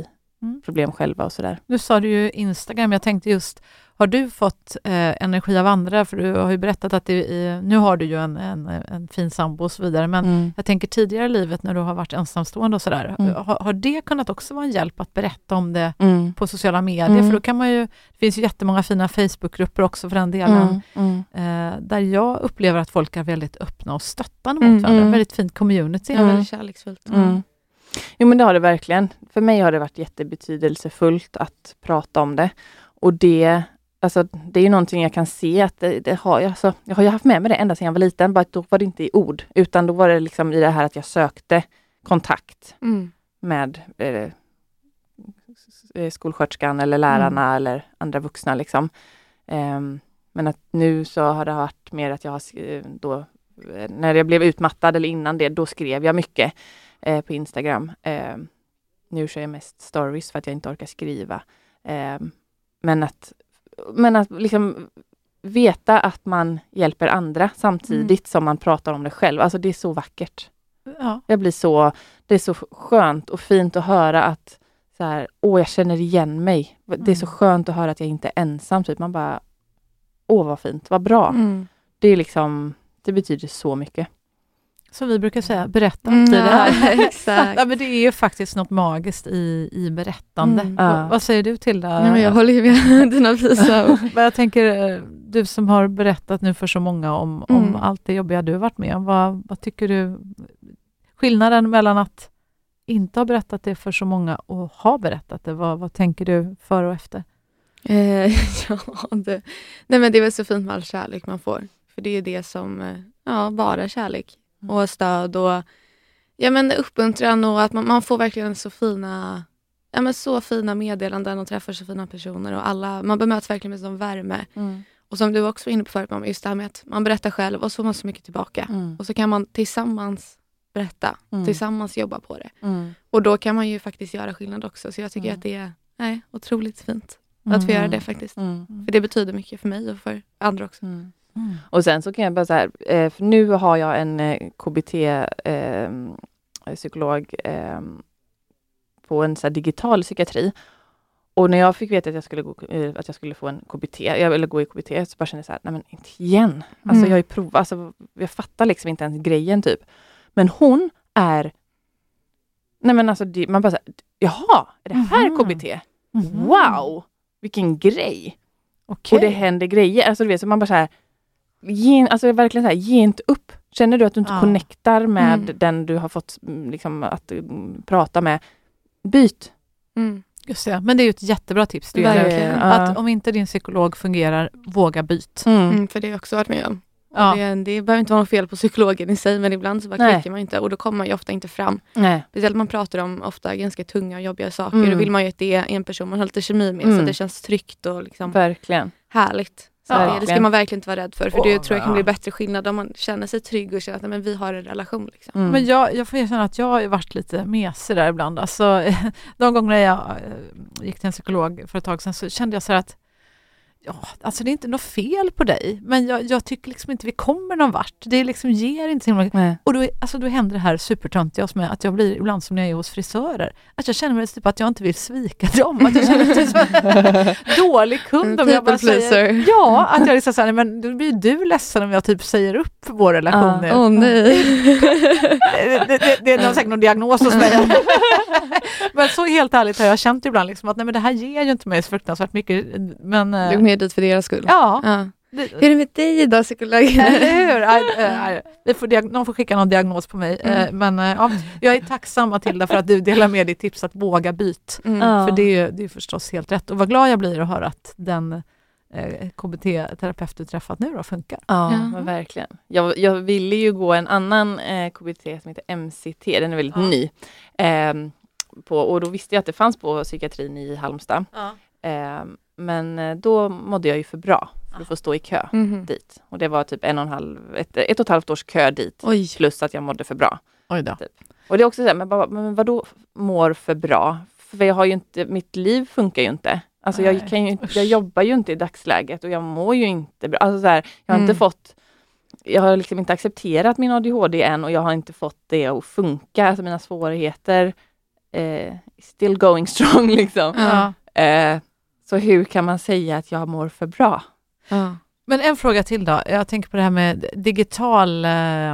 problem själva och sådär. Nu sa du ju Instagram, jag tänkte just, har du fått energi av andra? För du har ju berättat att nu har du ju en fin sambo och så vidare, men jag tänker tidigare i livet när du har varit ensamstående och sådär, har det kunnat också vara en hjälp att berätta om det på sociala medier? För då kan man ju, det finns ju jättemånga fina Facebookgrupper också för den delen, där jag upplever att folk är väldigt öppna och stöttande mot varandra. Väldigt fint community. Väldigt kärleksfullt. Jo, men det har det verkligen. För mig har det varit jättebetydelsefullt att prata om det. Och det är ju någonting jag kan se att det har jag. Alltså, jag har ju haft med mig det ända sedan jag var liten. Bara att då var det inte i ord. Utan då var det liksom i det här att jag sökte kontakt med skolsköterskan eller lärarna eller andra vuxna. Liksom. Men att nu så har det varit mer att jag har då, när jag blev utmattad eller innan det, då skrev jag mycket på Instagram. Nu kör jag mest stories för att jag inte orkar skriva. Men att liksom veta att man hjälper andra samtidigt som man pratar om det själv. Alltså det är så vackert. Ja. Det är så skönt och fint att höra att så här, jag känner igen mig. Det är så skönt att höra att jag inte är ensam. Typ. Man bara, vad fint, vad bra. Det är liksom, det betyder så mycket. Som vi brukar säga, berätta om det här. Exakt. Ja, men det är ju faktiskt något magiskt i berättande. Vad säger du till det? Nej, men jag håller ju med dina visa. Men jag tänker, du som har berättat nu för så många om allt det jobbiga du har varit med om. Vad tycker du? Skillnaden mellan att inte ha berättat det för så många och ha berättat det. Vad tänker du före och efter? Nej, men det är väl så fint med all kärlek man får. För det är det som, bara kärlek. Och stöd och uppmuntran och att man får verkligen så fina meddelanden och träffar så fina personer och man bemöts verkligen med sån värme. Och som du också var inne på förut, mamma, just det här med att man berättar själv och så får man så mycket tillbaka. Och så kan man tillsammans berätta, tillsammans jobba på det. Och då kan man ju faktiskt göra skillnad också. Så jag tycker att det är otroligt fint att få göra det faktiskt. För det betyder mycket för mig och för andra också. Och sen så kan jag bara så här, för nu har jag en KBT-psykolog på en så här digital psykiatri. Och när jag fick veta att jag skulle få en KBT, eller gå i KBT, så bara kände jag så här, nej men inte igen. Alltså jag har ju provat, alltså jag fattar liksom inte ens grejen typ. Men hon är, nej men alltså man bara så här, jaha, är det här KBT? Wow, vilken grej. Okay. Och det händer grejer, alltså du vet, så man bara så här, verkligen så här, ge inte upp. Känner du att du inte connectar med den du har fått liksom, att prata med, byt. Just det, men det är ju ett jättebra tips. Det är att om inte din psykolog fungerar, våga byt. För det har jag också varit med om. Det behöver inte vara något fel på psykologen i sig, men ibland så bara klickar man inte och då kommer man ju ofta inte fram. Speciellt man pratar om ofta ganska tunga och jobbiga saker. Då vill man ju att det är en person man har lite kemi med så att det känns tryggt och liksom verkligen härligt. Så det ska man verkligen inte vara rädd för det tror jag kan bli bättre skillnad om man känner sig trygg och känner att men vi har en relation. Liksom. Men jag får erkänna att jag har varit lite mesig där ibland. Alltså, de gånger jag gick till en psykolog för ett tag sedan så kände jag så här att alltså det är inte något fel på dig, men jag tycker liksom inte vi kommer någon vart. Det liksom ger inte så mycket. Och då händer det här supertöntiga hos mig att jag blir ibland som när jag är hos frisörer. Att jag känner mig typ att jag inte vill svika dem. Att jag känner mig typ som en dålig kund. Om jag bara säger, att jag liksom säger, men då blir du ledsen om jag typ säger upp vår relation. Nej. Det är säkert någon diagnos hos mig. Men så helt ärligt har jag känt ibland liksom att nej, men det här ger ju inte mig så fruktansvärt mycket. Men du är med dit för deras skull. Ja. Hur är det med dig idag, psykologen? Eller hur? Någon får skicka någon diagnos på mig. Men jag är tacksam, Matilda, för att du delar med ditt tips att våga byt. För det är förstås helt rätt. Och vad glad jag blir att höra att den KBT-terapeut du träffat nu då funkar. Ja, men verkligen. Jag ville ju gå en annan KBT som heter MCT. Den är väldigt ny. Och då visste jag att det fanns på psykiatrin i Halmstad. Men då mådde jag ju för bra för att få stå i kö dit. Och det var typ 1,5 års kö dit. Oj. Plus att jag mådde för bra. Oj då. Typ. Och det är också så här, men vadå mår för bra? För jag har ju inte, mitt liv funkar ju inte. Alltså jag jobbar ju inte i dagsläget och jag mår ju inte bra. Alltså så här, jag har liksom inte accepterat min ADHD än och jag har inte fått det att funka. Alltså mina svårigheter still going strong liksom. Så hur kan man säga att jag mår för bra? Men en fråga till då. Jag tänker på det här med digital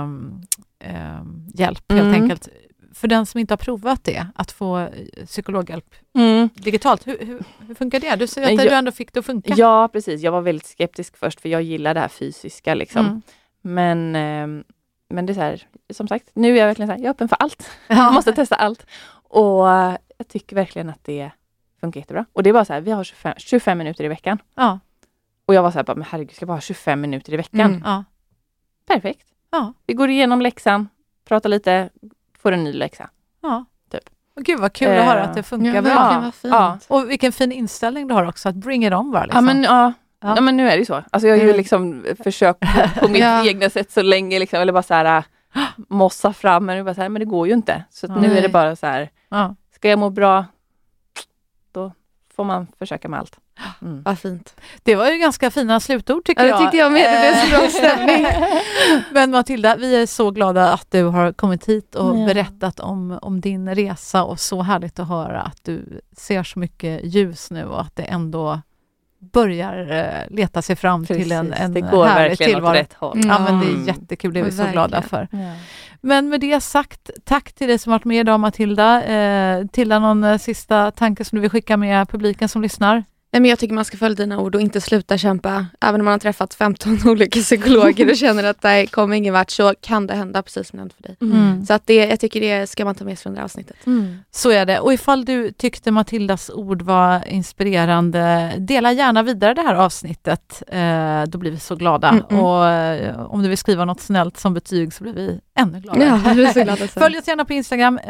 hjälp helt enkelt. För den som inte har provat det, att få psykologhjälp digitalt. Hur funkar det? Du säger att du ändå fick det att funka. Ja, precis. Jag var väldigt skeptisk först för jag gillar det här fysiska liksom. Men det är så här, som sagt, nu är jag verkligen så här, jag är öppen för allt. Jag måste testa allt. Och jag tycker verkligen att det funkar jättebra. Och det är bara så här, vi har 25 minuter i veckan. Ja. Och jag var så här, men herregud, ska jag bara ha 25 minuter i veckan? Ja. Perfekt. Ja. Vi går igenom läxan, pratar lite, får en ny läxa. Ja. Typ. Och gud vad kul att höra att det funkar bra. Vad fint. Och vilken fin inställning du har också, att bring it on bara. Liksom. Ja, men nu är det ju så. Alltså jag har ju liksom försökt på mitt egna sätt så länge liksom, eller bara så här mossa fram, men bara så här, men det går ju inte. Så nu är det bara så här, ska jag må bra, då får man försöka med allt. Vad fint. Det var ju ganska fina slutord tycker jag. Det tyckte jag med. Det är så bra stämning. Men Matilda, vi är så glada att du har kommit hit och berättat om din resa, och så härligt att höra att du ser så mycket ljus nu och att det ändå börjar leta sig fram till en det går härlig verkligen tillvaro. åt rätt håll. Ja, men det är jättekul, det är vi så glada för. Ja. Men med det sagt, tack till dig som varit med idag, Matilda. Tilda, någon sista tanke som du vill skicka med publiken som lyssnar? Nej, men jag tycker man ska följa dina ord och inte sluta kämpa. Även om man har träffat 15 olika psykologer och känner att det kommer ingen vart, så kan det hända precis som det hände för dig. Så att jag tycker det ska man ta med sig från det här avsnittet. Så är det. Och ifall du tyckte Matildas ord var inspirerande, dela gärna vidare det här avsnittet. Då blir vi så glada. Och om du vill skriva något snällt som betyg så blir vi ännu gladare. Ja, vi är så glada. Följ oss gärna på Instagram.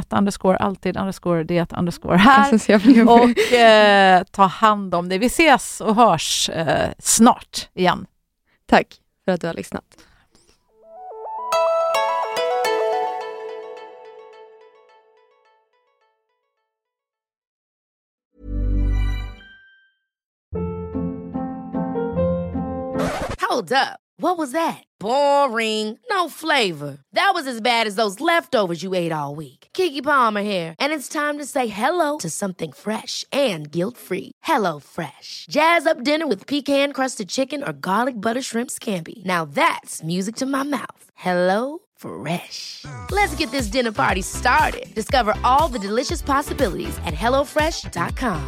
berätta_alltid_det_här. Och ta hand om det. Vi ses och hörs snart igen. Tack för att du har lyssnat. Hold up. What was that? Boring. No flavor. That was as bad as those leftovers you ate all week. Keke Palmer here, and it's time to say hello to something fresh and guilt-free. Hello Fresh. Jazz up dinner with pecan-crusted chicken or garlic butter shrimp scampi. Now that's music to my mouth. Hello Fresh. Let's get this dinner party started. Discover all the delicious possibilities at hellofresh.com.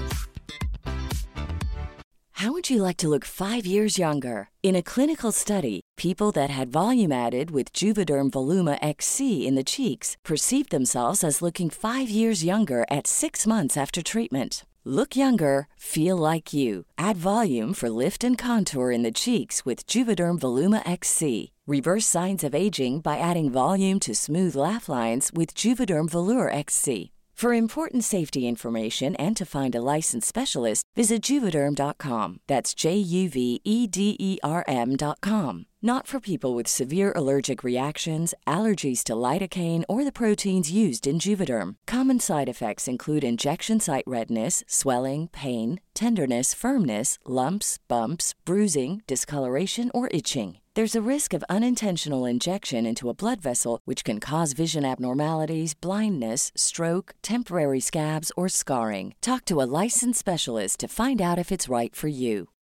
How would you like to look 5 years younger? In a clinical study, people that had volume added with Juvederm Voluma XC in the cheeks perceived themselves as looking 5 years younger at 6 months after treatment. Look younger, feel like you. Add volume for lift and contour in the cheeks with Juvederm Voluma XC. Reverse signs of aging by adding volume to smooth laugh lines with Juvederm Volure XC. For important safety information and to find a licensed specialist, visit Juvederm.com. That's JUVEDERM.com. Not for people with severe allergic reactions, allergies to lidocaine, or the proteins used in Juvederm. Common side effects include injection site redness, swelling, pain, tenderness, firmness, lumps, bumps, bruising, discoloration, or itching. There's a risk of unintentional injection into a blood vessel, which can cause vision abnormalities, blindness, stroke, temporary scabs, or scarring. Talk to a licensed specialist to find out if it's right for you.